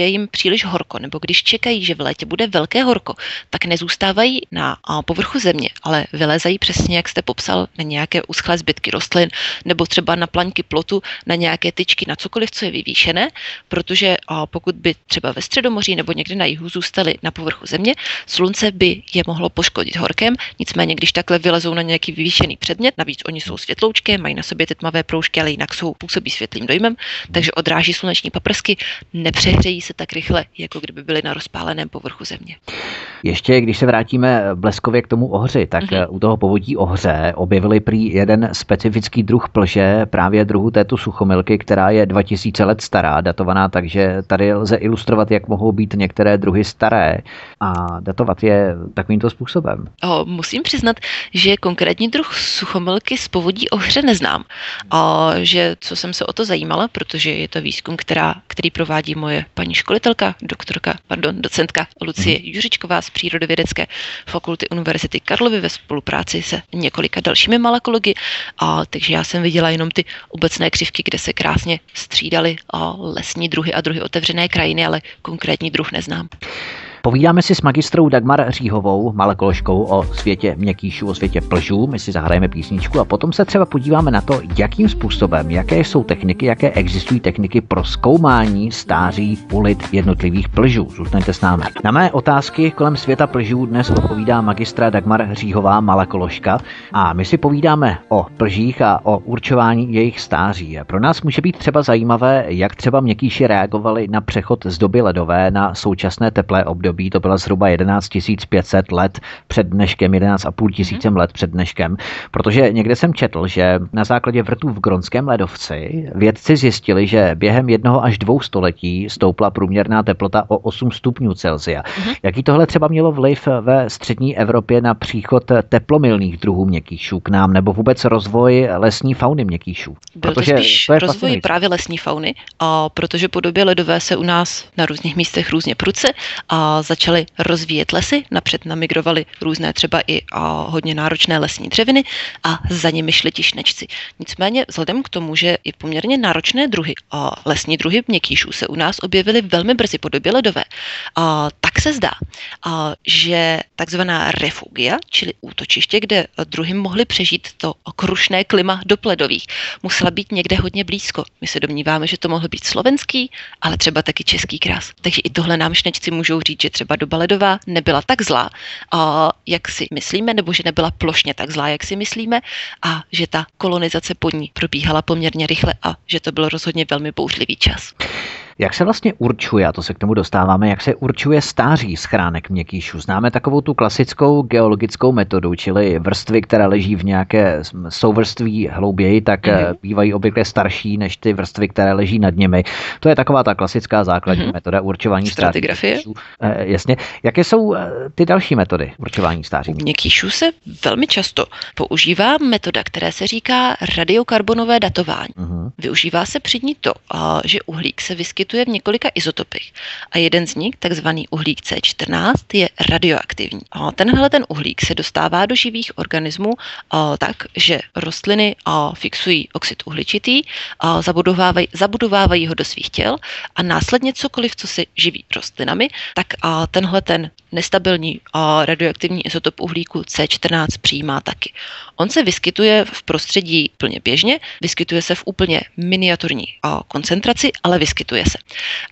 je jim příliš horko, nebo když čekají, že v létě bude velké horko, tak nezůstávají na povrchu země, ale vylézají přesně, jak jste popsal, na nějaké uschlé zbytky rostlin, nebo třeba na plaňky plotu, na nějaké tyčky, na cokoliv, co je vyvýšené, protože pokud by třeba ve Středomoří nebo někde na jihu zůstaly na povrchu země, slunce by je mohlo poškodit horkem, nicméně když takhle vylezou na nějaký vyvýšený předmět, navíc oni jsou světloučké, mají na sobě ty tmavé proužky, ale jinak jsou působí světlým dojmem, takže odráží sluneční paprsky, nepřehřejí se tak rychle, jako kdyby byly na rozpáleném povrchu země. Ještě, když se vrátíme bleskově k tomu ohři, tak mm-hmm. u toho povodí Ohře objevili prý jeden specifický druh plže, právě druhu této suchomilky, která je dva tisíce let stará, datovaná, takže tady lze ilustrovat, jak mohou být některé druhy staré a datovat je takovýmto způsobem. O, musím přiznat, že konkrétní druh suchomilky z povodí Ohře neznám. A že co jsem se o to zajímala, protože je to výzkum, která, který provádí moje paní školitelka, doktorka, pardon, docentka Lucie mm-hmm. Juřičková z Přírodovědecké fakulty Univerzity Karlovy ve spolupráci se několika dalšími malakology. A takže já jsem viděla jenom ty obecné křivky, kde se krásně střídaly a lesní druhy a druhy otevřené krajiny, ale konkrétní druh neznám. Povídáme si s magistrou Dagmar Říhovou, malekoložkou, o světě měkkýšů, o světě plžů. My si zahrajeme písničku a potom se třeba podíváme na to, jakým způsobem, jaké jsou techniky, jaké existují techniky pro zkoumání stáří ulit jednotlivých plžů. Zůstaňte s námi. Na mé otázky kolem světa plžů dnes odpovídá magistra Dagmar Říhová, malekoložka, a my si povídáme o plžích a o určování jejich stáří. Pro nás může být třeba zajímavé, jak třeba měkkýši reagovali na přechod z doby ledové na současné teplé období. To bylo zhruba jedenáct tisíc pět set let před dneškem, jedenáct a půl tisícem let před dneškem, protože někde jsem četl, že na základě vrtů v Grónském ledovci vědci zjistili, že během jednoho až dvou století stoupla průměrná teplota o osm stupňů Celsia. Mm-hmm. Jaký tohle třeba mělo vliv ve střední Evropě na příchod teplomilných druhů měkkýšů k nám, nebo vůbec rozvoj lesní fauny měkkýšů? Byl to spíš to rozvoj právě lesní fauny, a protože po době ledové se u nás na různých místech různě prudce a začaly rozvíjet lesy, napřed namigrovali různé třeba i a hodně náročné lesní dřeviny a za nimi šli ti šnečci. Nicméně vzhledem k tomu, že i poměrně náročné druhy a lesní druhy měkkýšů se u nás objevily velmi brzy po době ledové, a tak se zdá, a že takzvaná refugia, čili útočiště, kde druhy mohly přežít to krušné klima dob ledových, musela být někde hodně blízko. My se domníváme, že to mohl být slovenský, ale třeba taky český krás. Takže i tohle nám šnečci můžou říct, že třeba doba ledová nebyla tak zlá, a jak si myslíme, nebo že nebyla plošně tak zlá, jak si myslíme, a že ta kolonizace pod ní probíhala poměrně rychle a že to byl rozhodně velmi bouřlivý čas. Jak se vlastně určuje, a to se k tomu dostáváme, jak se určuje stáří schránek měkkýšů? Známe takovou tu klasickou geologickou metodu, čili vrstvy, které leží v nějaké souvrství hlouběji, tak mm-hmm. bývají obvykle starší než ty vrstvy, které leží nad nimi. To je taková ta klasická základní mm-hmm. metoda určování stáří měkkýšů. E, jasně. Jaké jsou ty další metody určování stáří měkkýšů? Se velmi často používá metoda, která se říká radiokarbonové datování. Mm-hmm. Využívá se při ní to, že uhlík se vyskytuje v několika izotopech a jeden z nich, takzvaný uhlík C čtrnáct, je radioaktivní. A tenhle ten uhlík se dostává do živých organismů a, tak, že rostliny a, fixují oxid uhličitý, a zabudovávají, zabudovávají ho do svých těl a následně cokoliv, co se živí rostlinami, tak a, tenhle ten nestabilní a, radioaktivní izotop uhlíku C čtrnáct přijímá taky. On se vyskytuje v prostředí plně běžně, vyskytuje se v úplně miniaturní a, koncentraci, ale vyskytuje se.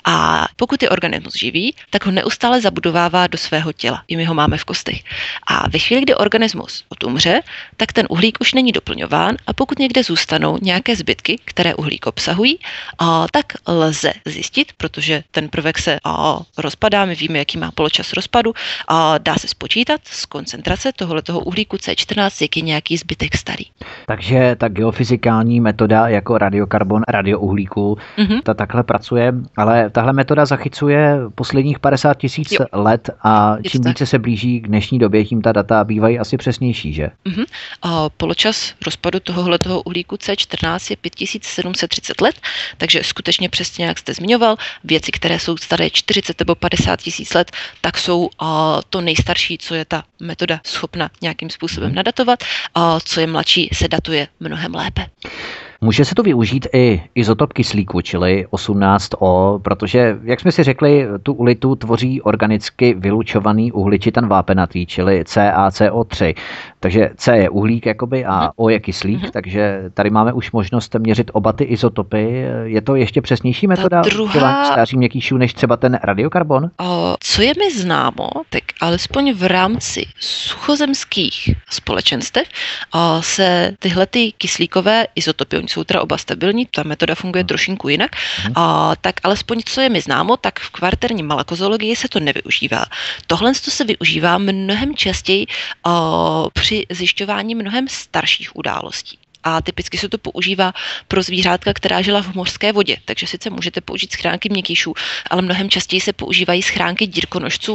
A pokud je organismus živý, tak ho neustále zabudovává do svého těla. I my ho máme v kostech. A ve chvíli, kdy organismus odumře, tak ten uhlík už není doplňován a pokud někde zůstanou nějaké zbytky, které uhlík obsahují, a tak lze zjistit, protože ten prvek se a, rozpadá, my víme, jaký má poločas rozpadu, a dá se spočítat z koncentrace tohoto uhlíku C čtrnáct, jak je nějaký zbytek starý. Takže ta geofyzikální metoda jako radiokarbon, radiouhlíku, mm-hmm. ta takhle pracuje, ale tahle metoda zachycuje posledních padesát tisíc let a čím více se blíží k dnešní době, tím ta data bývají asi přesnější, že? Mm-hmm. A poločas rozpadu tohoto uhlíku C čtrnáct je pět tisíc sedm set třicet let, takže skutečně přesně, jak jste zmiňoval, věci, které jsou staré čtyřicet nebo padesát tisíc let, tak jsou a, to nejstarší, co je ta metoda schopna nějakým způsobem nadatovat, a co je mladší, se datuje mnohem lépe. Může se to využít i izotop kyslíku, čili osmnáct O, protože, jak jsme si řekli, tu ulitu tvoří organicky vylučovaný uhličitan vápenatý, čili C A C O tři. Takže C je uhlík jakoby a O je kyslík, mm-hmm. takže tady máme už možnost měřit oba ty izotopy. Je to ještě přesnější metoda druhá... stáří měkkýšů než třeba ten radiokarbon? O, co je mi známo, tak alespoň v rámci suchozemských společenstev o, se tyhle ty kyslíkové izotopy, oni jsou teda oba stabilní, ta metoda funguje hmm. trošinku jinak, hmm. o, tak alespoň co je mi známo, tak v kvartérní malakozologii se to nevyužívá. Tohle se využívá mnohem častěji o, při zjišťování mnohem starších událostí. A typicky se to používá pro zvířátka, která žila v mořské vodě. Takže sice můžete použít schránky měkkýšů, ale mnohem častěji se používají schránky dírkonožců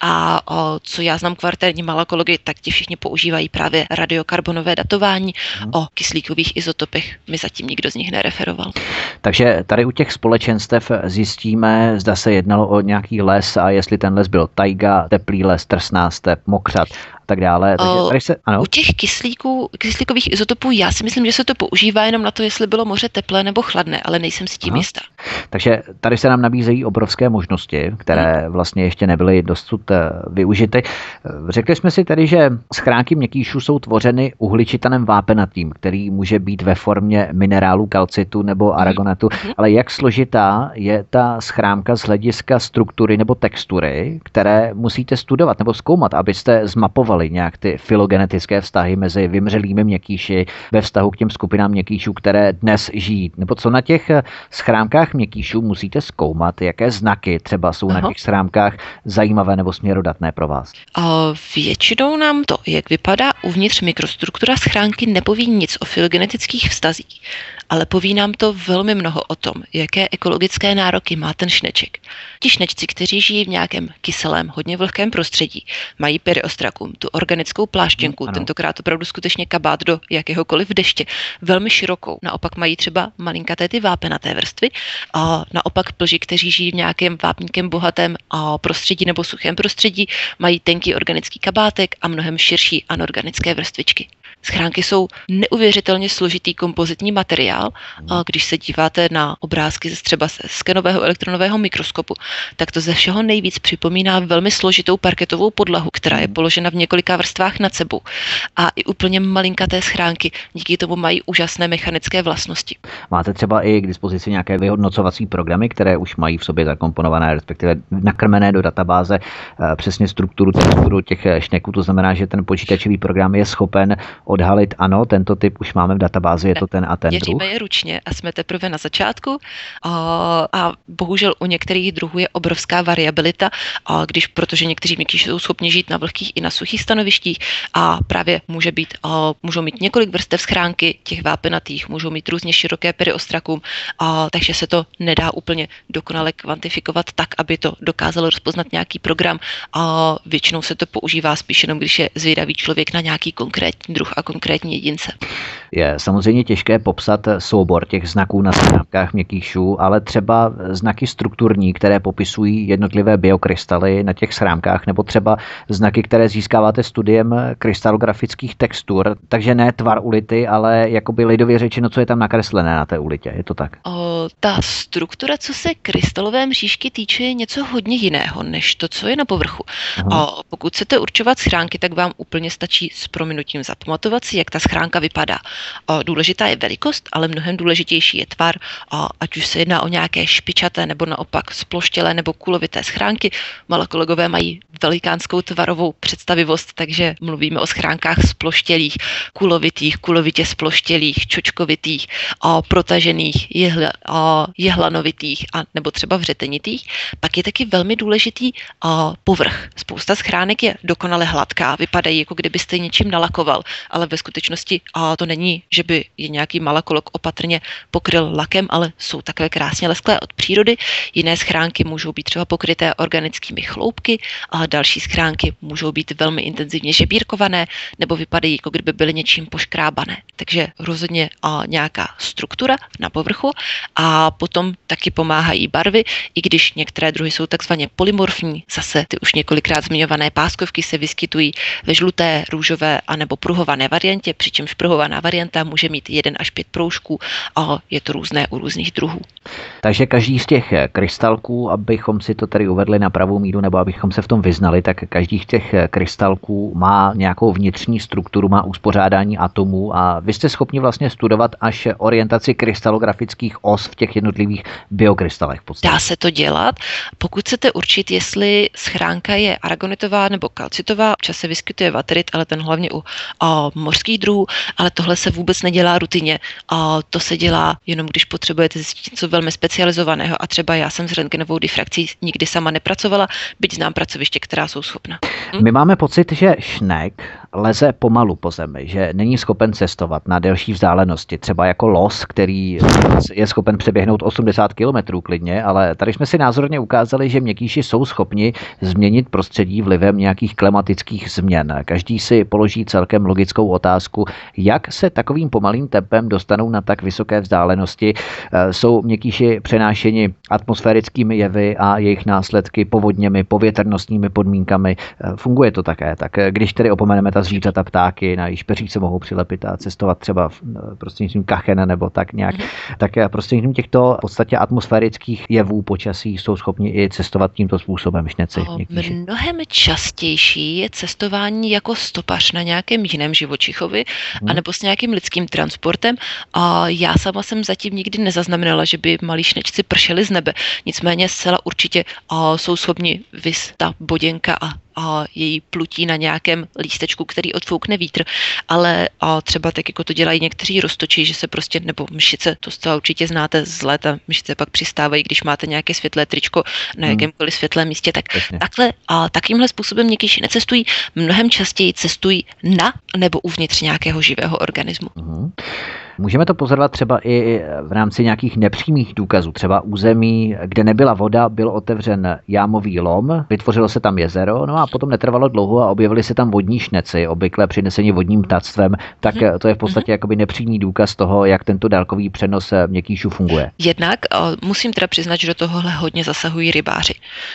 a o, co já znám kvartérní malakologii, tak ti všichni používají právě radiokarbonové datování. Hmm. O kyslíkových izotopech mi zatím nikdo z nich nereferoval. Takže tady u těch společenstev zjistíme, zda se jednalo o nějaký les a jestli ten les byl tajga, teplý les, trsná step, mokřad. Tak dále. Takže tady se, ano. U těch kyslíků, kyslíkových izotopů já si myslím, že se to používá jenom na to, jestli bylo moře teplé nebo chladné, ale nejsem si tím jistá. Takže tady se nám nabízejí obrovské možnosti, které hmm. vlastně ještě nebyly dosud využity. Řekli jsme si tedy, že schránky měkkýšů jsou tvořeny uhličitanem vápenatým, který může být ve formě minerálu kalcitu nebo aragonatu, hmm. ale jak složitá je ta schránka z hlediska struktury nebo textury, které musíte studovat nebo zkoumat, abyste zmapovali nějak ty filogenetické vztahy mezi vymřelými měkkýši ve vztahu k těm skupinám měkkýšů, které dnes žijí. Nebo co na těch schránkách měkkýšů musíte zkoumat, jaké znaky třeba jsou Aha. na těch schránkách zajímavé nebo směrodatné pro vás? A většinou nám to, jak vypadá uvnitř mikrostruktura schránky, nepoví nic o filogenetických vztazích, ale poví nám to velmi mnoho o tom, jaké ekologické nároky má ten šneček. Ti šnečci, kteří žijí v nějakém kyselém, hodně vlhkém prostředí, mají periostrakum, tu organickou pláštěnku, ano. tentokrát opravdu skutečně kabát do jakéhokoliv deště, velmi širokou. Naopak mají třeba malinkaté ty vápenaté vrstvy a naopak plži, kteří žijí v nějakém vápníkem bohatém prostředí nebo suchém prostředí, mají tenký organický kabátek a mnohem širší anorganické vrstvičky. Schránky jsou neuvěřitelně složitý kompozitní materiál. A když se díváte na obrázky ze třeba ze skenového elektronového mikroskopu, tak to ze všeho nejvíc připomíná velmi složitou parketovou podlahu, která je položena v několika vrstvách nad sebou. A i úplně malinkaté schránky díky tomu mají úžasné mechanické vlastnosti. Máte třeba i k dispozici nějaké vyhodnocovací programy, které už mají v sobě zakomponované, respektive nakrmené do databáze přesně strukturu, texturu těch šneků. To znamená, že ten počítačový program je schopen odhalit, ano, tento typ už máme v databázi, je to ten a ten druh. Měříme je ručně a jsme teprve na začátku a, a bohužel u některých druhů je obrovská variabilita, a když, protože někteří měkkýši jsou schopni žít na vlhkých i na suchých stanovištích a právě může být, a můžou mít několik vrstev schránky těch vápenatých, můžou mít různě široké periostrakum, a takže se to nedá úplně dokonale kvantifikovat tak, aby to dokázalo rozpoznat nějaký program a většinou se to používá spíš jenom, když je zvědavý člověk na nějaký konkrétní druh a konkrétní jedince. Je samozřejmě těžké popsat soubor těch znaků na schránkách měkkýšů, ale třeba znaky strukturní, které popisují jednotlivé biokrystaly na těch schránkách, nebo třeba znaky, které získáváte studiem krystalografických textur, takže ne tvar ulity, ale jakoby lidově řečeno, co je tam nakreslené na té ulitě, je to tak? O, ta struktura, co se krystalové mřížky týče, je něco hodně jiného, než to, co je na povrchu. O, pokud chcete určovat schránky, tak vám úplně stačí s prominutím zapamatovat si, jak ta schránka vypadá. O, důležitá je velikost, ale mnohem důležitější je tvar, o, ať už se jedná o nějaké špičaté nebo naopak sploštělé nebo kulovité schránky. Malakologové mají velikánskou tvarovou představivost, takže mluvíme o schránkách sploštělých, kulovitých, kulovitě sploštělých, čočkovitých, o, protažených, jehle, o, jehlanovitých a nebo třeba vřetenitých. Pak je taky velmi důležitý o, povrch. Spousta schránek je dokonale hladká, vypadají, jako kdybyste něčím nalakoval, ale ve skutečnosti a to není, že by je nějaký malakolog opatrně pokryl lakem, ale jsou takové krásně lesklé od přírody. Jiné schránky můžou být třeba pokryté organickými chloupky a další schránky můžou být velmi intenzivně žebírkované nebo vypadají, jako kdyby byly něčím poškrábané. Takže rozhodně a nějaká struktura na povrchu a potom taky pomáhají barvy, i když některé druhy jsou takzvaně polymorfní. Zase ty už několikrát zmiňované páskovky se vyskytují ve žluté, růžové a nebo pruhované variantě, přičemž pruhovaná varianta může mít jeden až pět proužků a je to různé u různých druhů. Takže každý z těch krystalků, abychom si to tady uvedli na pravou míru, nebo abychom se v tom vyznali, tak každý z těch krystalků má nějakou vnitřní strukturu, má uspořádání atomů a vy jste schopni vlastně studovat až orientaci krystalografických os v těch jednotlivých biokrystalech. Dá se to dělat. Pokud chcete určit, jestli schránka je aragonitová nebo kalcitová, občas se vyskytuje vaterit, ale ten hlavně u a, mořských druhů, ale tohle se vůbec nedělá rutině. A to se dělá jenom, když potřebujete zjistit něco velmi specializovaného a třeba já jsem s rentgenovou difrakcí nikdy sama nepracovala, byť znám pracoviště, která jsou schopna. Hm? My máme pocit, že šnek leze pomalu po zemi, že není schopen cestovat na delší vzdálenosti, třeba jako los, který je schopen přeběhnout osmdesát kilometrů klidně, ale tady jsme si názorně ukázali, že měkkýši jsou schopni změnit prostředí vlivem nějakých klimatických změn. Každý si položí celkem logickou otázku, jak se takovým pomalým tempem dostanou na tak vysoké vzdálenosti. Jsou měkkýši přenášeni atmosférickými jevy a jejich následky povodněmi, povětrnostními podmínkami. Funguje to také. Tak když tedy opomeneme ta zvířata, ptáky, na jejich peřích se mohou přilepit a cestovat třeba prostřednictvím kachen nebo tak nějak, mm. tak prostřednictvím těchto v podstatě atmosférických jevů počasí jsou schopni i cestovat tímto způsobem šneci. Mnohem častější je cestování jako stopař na nějakém jiném živočichovi mm. anebo s nějakým lidským transportem a já sama jsem zatím nikdy nezaznamenala, že by malí šnečci pršeli z nebe. Nicméně zcela určitě a, jsou schopni vys ta boděnka a a její plutí na nějakém lístečku, který odfoukne vítr, ale a třeba tak, jako to dělají někteří roztočí, že se prostě, nebo mšice, to zcela určitě znáte z léta, mšice pak přistávají, když máte nějaké světlé tričko na hmm. jakémkoliv světlém místě, tak Jasně. takhle a takýmhle způsobem měkkýši necestují, mnohem častěji cestují na nebo uvnitř nějakého živého organismu. Hmm. Můžeme to pozorovat třeba i v rámci nějakých nepřímých důkazů. Třeba území, kde nebyla voda, byl otevřen jámový lom, vytvořilo se tam jezero, no a potom netrvalo dlouho a objevily se tam vodní šneci, obvykle přinesení vodním ptactvem, tak mm-hmm. to je v podstatě mm-hmm. jakoby nepřímý důkaz toho, jak tento dálkový přenos měkkýšů funguje. Jednak musím teda přiznat, že do tohohle hodně zasahují rybáři,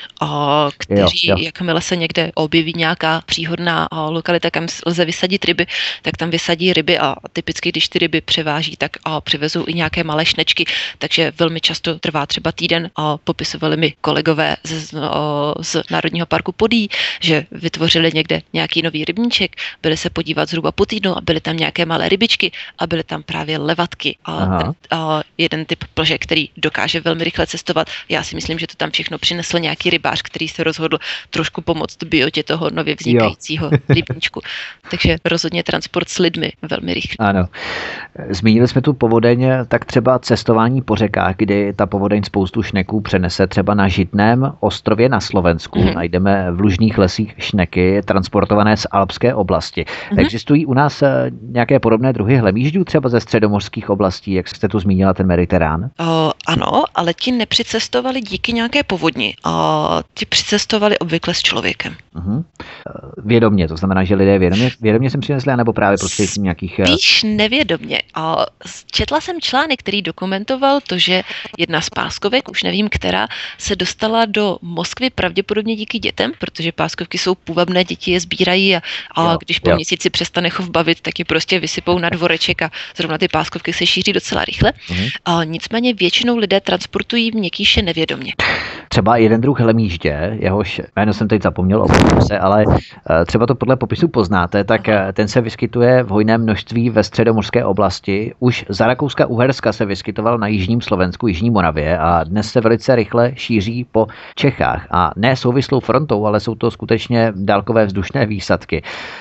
kteří, jo, jo. jakmile se někde objeví nějaká příhodná lokalita, kam lze vysadit ryby, tak tam vysadí ryby a typicky, když ty ryby převáží, tak a přivezou i nějaké malé šnečky, takže velmi často trvá třeba týden a popisovali mi kolegové z, o, z Národního parku Podí, že vytvořili někde nějaký nový rybníček, byli se podívat zhruba po týdnu a byly tam nějaké malé rybičky a byly tam právě levatky a, ten, a jeden typ plže, který dokáže velmi rychle cestovat. Já si myslím, že to tam všechno přinesl nějaký rybář, který se rozhodl trošku pomoct biotě toho nově vznikajícího rybníčku. Takže rozhodně transport s lidmi velmi rychle. Ano. Zmínili jsme tu povodeň, tak třeba cestování po řekách, kdy ta povodeň spoustu šneků přenese třeba na Žitném ostrově na Slovensku. Mm-hmm. Najdeme v lužních lesích šneky transportované z alpské oblasti. Mm-hmm. Existují u nás nějaké podobné druhy hlemýždů třeba ze středomořských oblastí, jak jste tu zmínila ten Mediterán? O, ano, ale ti nepřicestovali díky nějaké povodni. O, ti přicestovali obvykle s člověkem. Mm-hmm. Vědomně, to znamená, že lidé vědomě, vědomě sem přinesli, nebo právě prostřednictvím nějakých... Spíš nevědomě. A četla jsem článek, který dokumentoval to, že jedna z páskovek, už nevím která, se dostala do Moskvy pravděpodobně díky dětem, protože páskovky jsou půvabné, děti je sbírají a, a jo, když po jo. měsíci přestane chov bavit, tak je prostě vysypou na dvoreček a zrovna ty páskovky se šíří docela rychle. Mhm. A nicméně většinou lidé transportují měkkýše nevědomě. Třeba jeden druh hlemýždě, jehož jméno jsem teď zapomněl, omlouvám se, ale třeba to podle popisu poznáte, tak ten se vyskytuje v hojném množství ve středomořské oblasti. Už za Rakouska-Uherska se vyskytoval na jižním Slovensku, jižní Moravě a dnes se velice rychle šíří po Čechách. A ne souvislou frontou, ale jsou to skutečně dálkové vzdušné výsadky.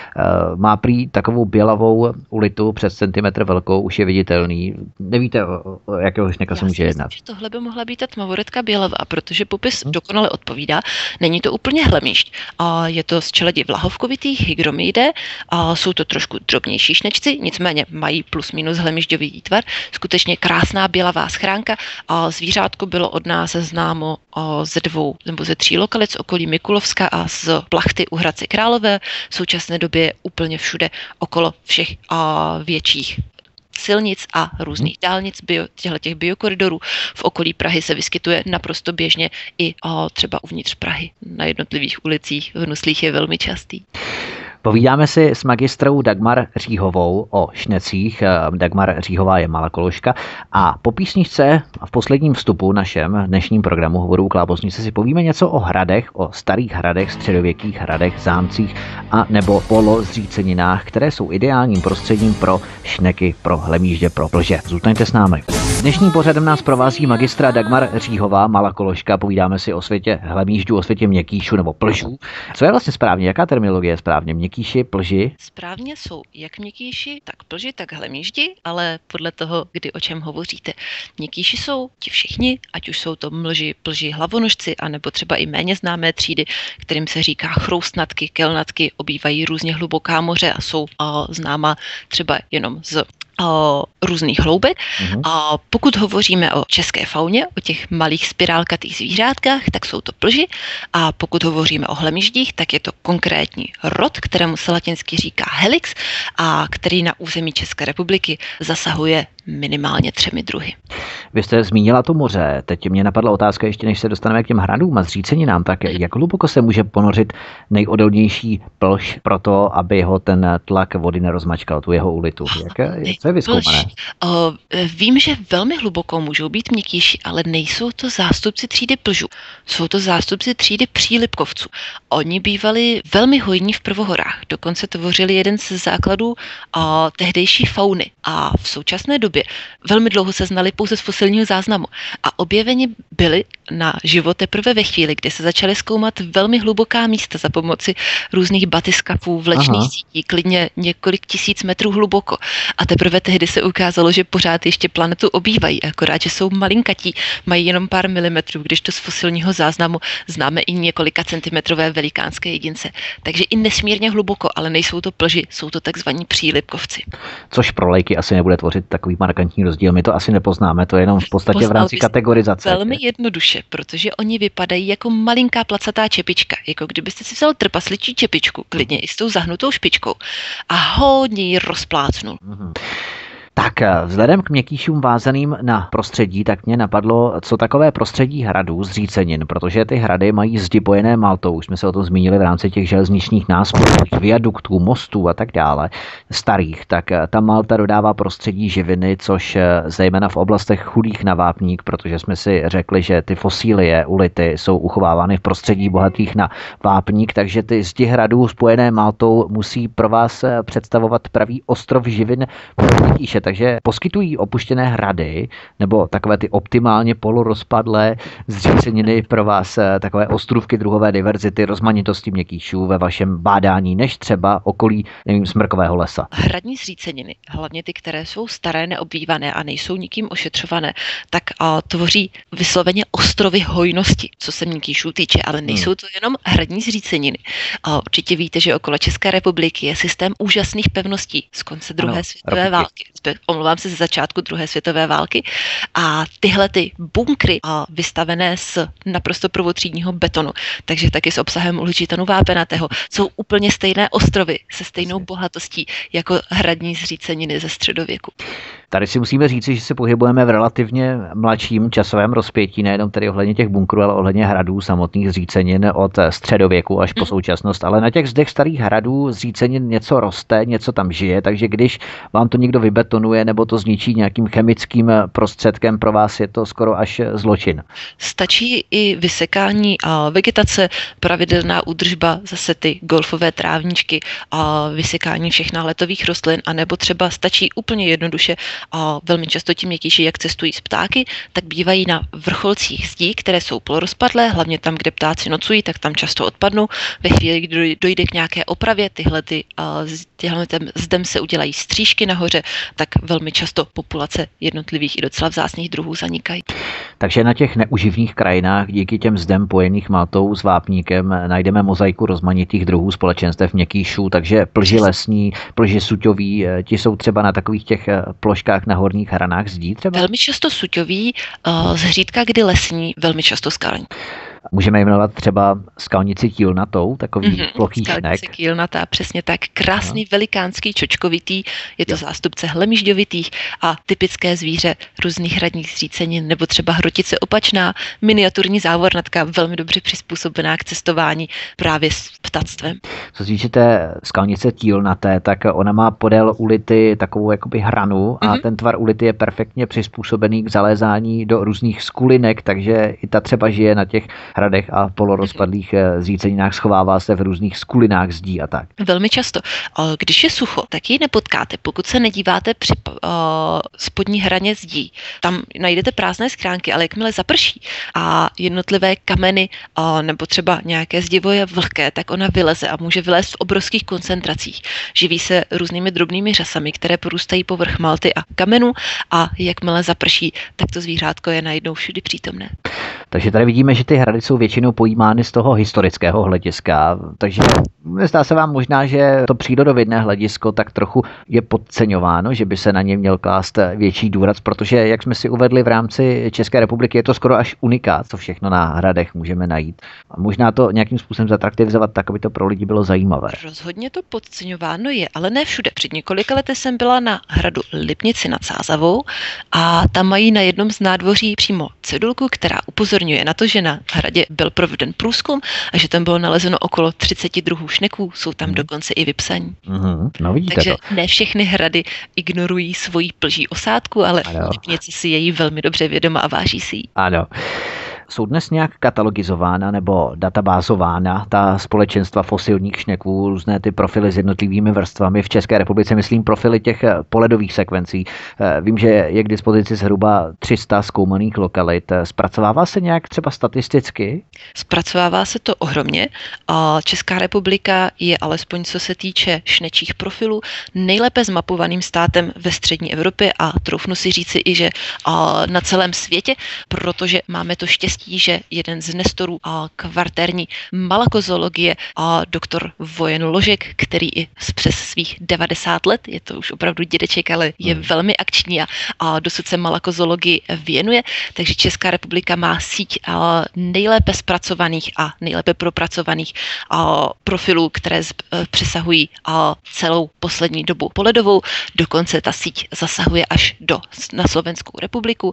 Má prý takovou bělavou ulitu přes centimetr velkou, už je viditelný. Nevíte, o jakého šneka se může jednat. Že tohle by mohla být ta tmavoredka bělavá, protože popis hmm. dokonale odpovídá. Není to úplně hlemýžď. A je to z čeledi vlahovkovitých hygromyidé a jsou to trošku drobnější šnečci, nicméně mají plus minus hlemýžďový výtvar. Skutečně krásná bělavá schránka a zvířátko bylo od nás známo ze dvou nebo ze tří lokalit z okolí Mikulovska a z Plachty u Hradce Králové. V současné době úplně všude okolo všech a větších silnic a různých dálnic, bio, těch biokoridorů v okolí Prahy se vyskytuje naprosto běžně i a třeba uvnitř Prahy. Na jednotlivých ulicích v Nuslích je velmi častý. Povídáme si s magistrou Dagmar Říhovou o šnecích. Dagmar Říhová je malakoložka a po písničce v posledním vstupu našem dnešním programu Hovoru u Klábosnice si povíme něco o hradech, o starých hradech, středověkých hradech, zámcích a nebo polozříceninách, které jsou ideálním prostředím pro šneky, pro hlemýždě, pro plže. Zůstaňte s námi. Dnešním pořadem nás provází magistra Dagmar Říhová, malakoložka. Povídáme si o světě hlemýždů, o světě měkkýšů nebo plžů. Co je vlastně správně? Jaká terminologie je správně? Měkkýši, plži? Správně jsou jak měkkýši, tak plži, tak hlemýždi, ale podle toho, kdy o čem hovoříte. Měkkýši jsou ti všichni, ať už jsou to mlži, plži, hlavonožci, anebo třeba i méně známé třídy, kterým se říká chroustnatky, kelnatky, obývají různě hluboká moře a jsou a, známa třeba jenom z O různých hloubek. Mm-hmm. A pokud hovoříme o české fauně, o těch malých spirálkatých zvířátkách, tak jsou to plži. A pokud hovoříme o hlemýždích, tak je to konkrétní rod, kterému se latinsky říká helix a který na území České republiky zasahuje minimálně třemi druhy. Vy jste zmínila to moře. Teď mě napadla otázka, ještě než se dostaneme k těm hradům a zříceninám, tak jak hluboko se může ponořit nejodolnější plž pro to, aby ho ten tlak vody nerozmačkal, tu jeho ulitu? Jak, co je vyzkoumané? O, vím, že velmi hluboko můžou být měkkýši, ale nejsou to zástupci třídy plžů. Jsou to zástupci třídy přílipkovců. Oni bývali velmi hojní v prvohorách. Dokonce tvořili jeden z základů o, tehdejší fauny. A v současné době velmi dlouho se znali pouze z fosilního záznamu. A objeveni byli na život teprve ve chvíli, kdy se začaly zkoumat velmi hluboká místa za pomoci různých batyskafů, vlečných Aha. sítí, klidně několik tisíc metrů hluboko. A teprve tehdy se ukázalo, že pořád ještě planetu obývají, akorát, že jsou malinkatí, mají jenom pár milimetrů, když to z fosilního záznamu známe i několika centimetrové velikánské jedince. Takže i nesmírně hluboko, ale nejsou to plži, jsou to takzvaní přílipkovci. Což pro lajky asi nebude tvořit takový markantní rozdíl, my to asi nepoznáme, to je jenom v podstatě Poznal v rámci kategorizace. Velmi jednoduše, protože oni vypadají jako malinká placatá čepička, jako kdybyste si vzal trpasličí čepičku, klidně i s tou zahnutou špičkou a hodně ji rozplácnul. Mm-hmm. Tak vzhledem k měkkýšům vázaným na prostředí, tak mě napadlo, co takové prostředí hradů, zřícenin, protože ty hrady mají zdi pojené maltou, už jsme se o tom zmínili v rámci těch železničních náspojů, viaduktů, mostů a tak dále, starých, tak ta malta dodává prostředí živiny, což zejména v oblastech chudých na vápník, protože jsme si řekli, že ty fosílie, ulity jsou uchovávány v prostředí bohatých na vápník, takže ty zdi hradů spojené maltou musí pro vás představovat pravý ostrov živin pro měkkýše. Takže poskytují opuštěné hrady nebo takové ty optimálně polorozpadlé zříceniny pro vás takové ostrůvky druhové diverzity, rozmanitosti měkkýšů ve vašem bádání, než třeba okolí, nevím, smrkového lesa. Hradní zříceniny, hlavně ty, které jsou staré, neobývané a nejsou nikým ošetřované, tak a, tvoří vysloveně ostrovy hojnosti, co se měkkýšů týče, ale nejsou hmm. to jenom hradní zříceniny. A určitě víte, že okolo České republiky je systém úžasných pevností z konce druhé ano, světové roky. války. Omlouvám se ze začátku druhé světové války. A tyhle ty bunkry a vystavené z naprosto prvotřídního betonu, takže taky s obsahem uhličitanu vápenatého, jsou úplně stejné ostrovy se stejnou bohatostí jako hradní zříceniny ze středověku. Tady si musíme říci, že se pohybujeme v relativně mladším časovém rozpětí, nejenom tedy ohledně těch bunkrů, ale ohledně hradů samotných zřícenin od středověku až po současnost. Ale na těch zdech starých hradů zřícenin něco roste, něco tam žije, takže když vám to někdo vybetonuje nebo to zničí nějakým chemickým prostředkem, pro vás je to skoro až zločin. Stačí i vysekání a vegetace, pravidelná údržba, zase ty golfové trávničky a vysekání všech náletových rostlin, anebo třeba stačí úplně jednoduše a velmi často ti měkkýši, jak cestují z ptáky, tak bývají na vrcholcích zdí, které jsou polorozpadlé, hlavně tam, kde ptáci nocují, tak tam často odpadnou. Ve chvíli, kdy dojde k nějaké opravě, tyhle ty, tyhle zdem se udělají střížky nahoře, tak velmi často populace jednotlivých i docela vzácných druhů zanikají. Takže na těch neuživných krajinách díky těm zdem pojených maltou s vápníkem najdeme mozaiku rozmanitých druhů společenstev měkkýšů, takže plži lesní, plži suťoví, ti jsou třeba na takových těch ploškách na horních hranách zdí třeba? Velmi často suťoví, zřídka kdy lesní, velmi často skalní. Můžeme jmenovat třeba skalnici Kýlnatou, takový mm-hmm, plochý šnek. Skalnice Kýlnatá, přesně tak. Krásný, no. velikánský, čočkovitý, je to jo. zástupce hlemýžďovitých a typické zvíře různých hradních zřícenin, nebo třeba hrotice opačná, miniaturní závornatka, velmi dobře přizpůsobená k cestování právě s ptactvem. Co se týče té skalnice Kýlnaté, tak ona má podél ulity takovou jakoby hranu a mm-hmm. ten tvar ulity je perfektně přizpůsobený k zalézání do různých skulinek, takže i ta třeba žije na těch hradech a polorozpadlých mm-hmm. zříceninách, schovává se v různých skulinách zdí a tak. Velmi často. Když je sucho, tak ji nepotkáte, pokud se nedíváte při uh, spodní hraně zdí. Tam najdete prázdné schránky, ale jakmile zaprší a jednotlivé kameny uh, nebo třeba nějaké zdivo je vlhké, tak ona vyleze a může vylézt v obrovských koncentracích. Živí se různými drobnými řasami, které porůstají povrch malty a kamenů a jakmile zaprší, tak to zvířátko je najednou všudy přítomné. Takže tady vidíme, že ty hrady jsou většinou pojímány z toho historického hlediska, takže zdá se vám možná, že to přírodovědné hledisko tak trochu je podceňováno, že by se na ně měl klást větší důraz, protože jak jsme si uvedli v rámci České republiky, je to skoro až unikát, co všechno na hradech můžeme najít. A možná to nějakým způsobem zatraktivizovat tak, aby to pro lidi bylo zajímavé. Rozhodně to podceňováno je, ale ne všude. Před několika lety jsem byla na hradu Lipnici nad Sázavou a tam mají na jednom z nádvoří přímo cedulku, která upozorňuje na to, že na hradě byl proveden průzkum a že tam bylo nalezeno okolo třicet druhů šneků, jsou tam hmm. dokonce i vypsaní. Mm-hmm. No, vidíte Takže to. ne všechny hrady ignorují svoji plží osádku, ale Lipnice si její velmi dobře vědoma a váží si ji. Ano. Jsou dnes nějak katalogizována nebo databázována ta společenstva fosilních šneků, různé ty profily s jednotlivými vrstvami v České republice, myslím profily těch poledových sekvencí. Vím, že je k dispozici zhruba tři sta zkoumaných lokalit. Zpracovává se nějak třeba statisticky? Zpracovává se to ohromně. Česká republika je alespoň co se týče šnečích profilů nejlépe zmapovaným státem ve střední Evropě a troufnu si říci i, že na celém světě, protože máme to štěstí, že jeden z nestorů a kvartérní malakozoologie a doktor Vojen Ložek, který i přes svých devadesát let, je to už opravdu dědeček, ale je hmm. velmi akční a, a dosud se malakozoologii věnuje, takže Česká republika má síť a, nejlépe zpracovaných a nejlépe propracovaných a, profilů, které z, a, přesahují a, celou poslední dobu poledovou. Dokonce ta síť zasahuje až do na Slovenskou republiku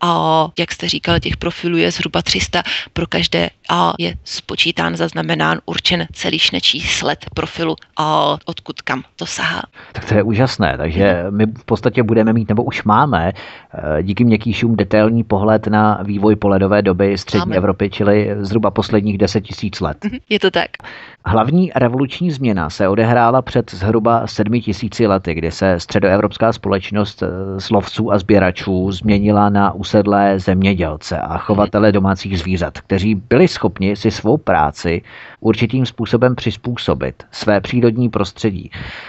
a jak jste říkal, těch profilů je zhruba tři sta, pro každé a je spočítán, zaznamenán, určen celý šnečí sled profilu a odkud kam to sahá. Tak to je úžasné, takže my v podstatě budeme mít, nebo už máme, díky měkkýšům detailní pohled na vývoj poledové doby střední máme. Evropy, čili zhruba posledních deset tisíc let. Je to tak. Hlavní revoluční změna se odehrála před zhruba sedmi tisíci lety, kdy se středoevropská společnost z lovců a sběračů změnila na usedlé zemědělce a chovatele domácích zvířat, kteří byli schopni si svou práci určitým způsobem přizpůsobit své přírodní prostředí.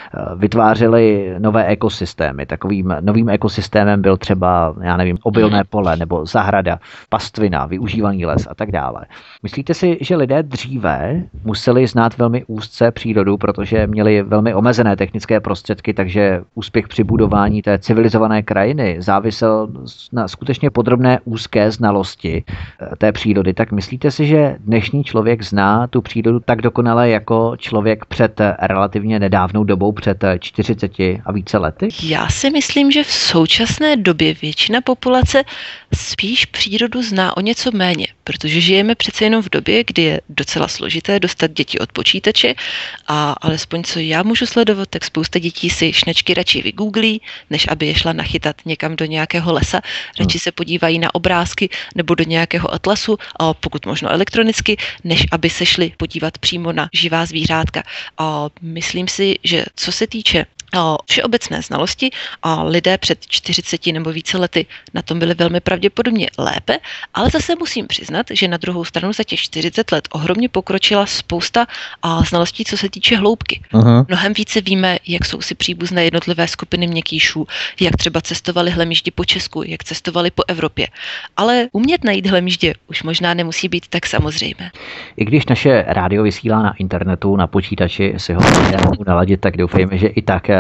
Vytvářeli nové ekosystémy. Takovým novým ekosystémem byl třeba, já nevím, obilné pole nebo zahrada, pastvina, využívaný les a tak dále. Myslíte si, že lidé dříve museli znát velmi úzce přírodu, protože měli velmi omezené technické prostředky, takže úspěch při budování té civilizované krajiny závisel na skutečně podrobné úzké znalosti té přírody? Tak myslíte si, že dnešní člověk zná tu přírodu tak dokonale jako člověk před relativně nedávnou dobou, před čtyřiceti a více lety? Já si myslím, že v současné době většina populace spíš přírodu zná o něco méně, protože žijeme přece jenom v době, kdy je docela složité dostat děti od počítače a alespoň co já můžu sledovat, tak spousta dětí si šnečky radši vygooglí, než aby je šla nachytat někam do nějakého lesa. Radši se podívají na obrázky nebo do nějakého atlasu, a pokud možno elektronicky, než aby se šli podívat přímo na živá zvířátka. A myslím si, že co se týče všeobecné znalosti a lidé před čtyřiceti nebo více lety na tom byli velmi pravděpodobně lépe, ale zase musím přiznat, že na druhou stranu za těch čtyřicet let ohromně pokročila spousta a znalostí, co se týče hloubky. Uh-huh. Mnohem více víme, jak jsou si příbuzné jednotlivé skupiny měkkýšů, jak třeba cestovali hlemýždi po Česku, jak cestovali po Evropě. Ale umět najít hlemýždě už možná nemusí být tak samozřejmé. I když naše rádio vysílá na internetu, na počítači, si ho můžeme naladit, tak doufejme, že i tak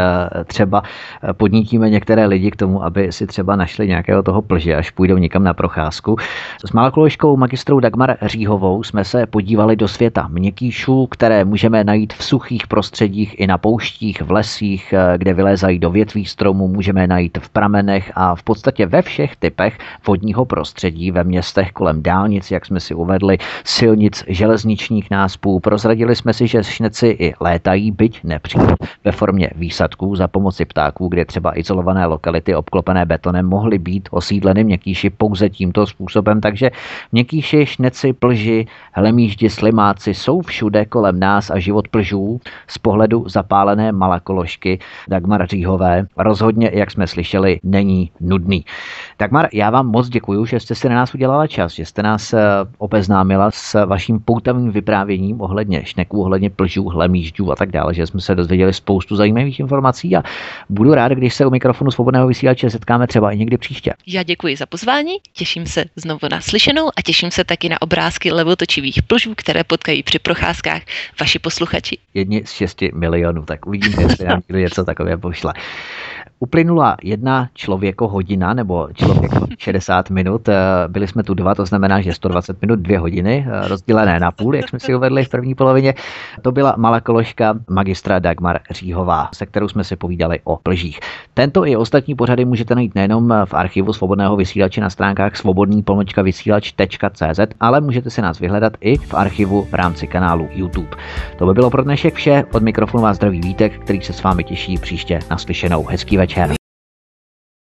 třeba podnítíme některé lidi k tomu, aby si třeba našli nějakého toho plže, až půjdou někam na procházku. S malakoložkou magistrou Dagmar Říhovou jsme se podívali do světa měkkýšů, které můžeme najít v suchých prostředích i na pouštích, v lesích, kde vylézají do větví stromů, můžeme najít v pramenech a v podstatě ve všech typech vodního prostředí, ve městech kolem dálnic, jak jsme si uvedli, silnic, železničních náspů. Prozradili jsme si, že šneci i létají, byť nepřímo ve formě výsadků za pomoci ptáků, kde třeba izolované lokality obklopené betonem mohly být osídleny měkkýši pouze tímto způsobem. Takže měkkýši, šneci, plži, hlemýždi, slimáci jsou všude kolem nás a život plžů z pohledu zapálené malakoložky Dagmar Říhové rozhodně, jak jsme slyšeli, není nudný. Dagmar, já vám moc děkuju, že jste si na nás udělala čas, že jste nás obeznámila s vaším poutavým vyprávěním ohledně šneků, ohledně plžů, hlemýždů a tak dále, že jsme se dozvěděli spoustu zajímavých informací a budu rád, když se u mikrofonu Svobodného vysílače setkáme třeba i někdy příště. Já děkuji za pozvání, těším se znovu na slyšenou a těším se taky na obrázky levotočivých plžů, které potkají při procházkách vaši posluchači. Jedni z šesti milionů, tak uvidíme, jestli nám někdo něco takové pošle. Uplynula jedna člověko hodina nebo člověko šedesát minut. Byli jsme tu dva, to znamená, že sto dvacet minut, dvě hodiny, rozdělené na půl, jak jsme si uvedli v první polovině. To byla malakoložka magistra Dagmar Říhová, se kterou jsme si povídali o plžích. Tento i ostatní pořady můžete najít nejenom v archivu Svobodného vysílače na stránkách svobodný pomlčka vysílač tečka cé zet, ale můžete si nás vyhledat i v archivu v rámci kanálu YouTube. To by bylo pro dnešek vše. Od mikrofonu vás zdraví Vítek, který se s vámi těší příště naslyšenou. Hezký večer.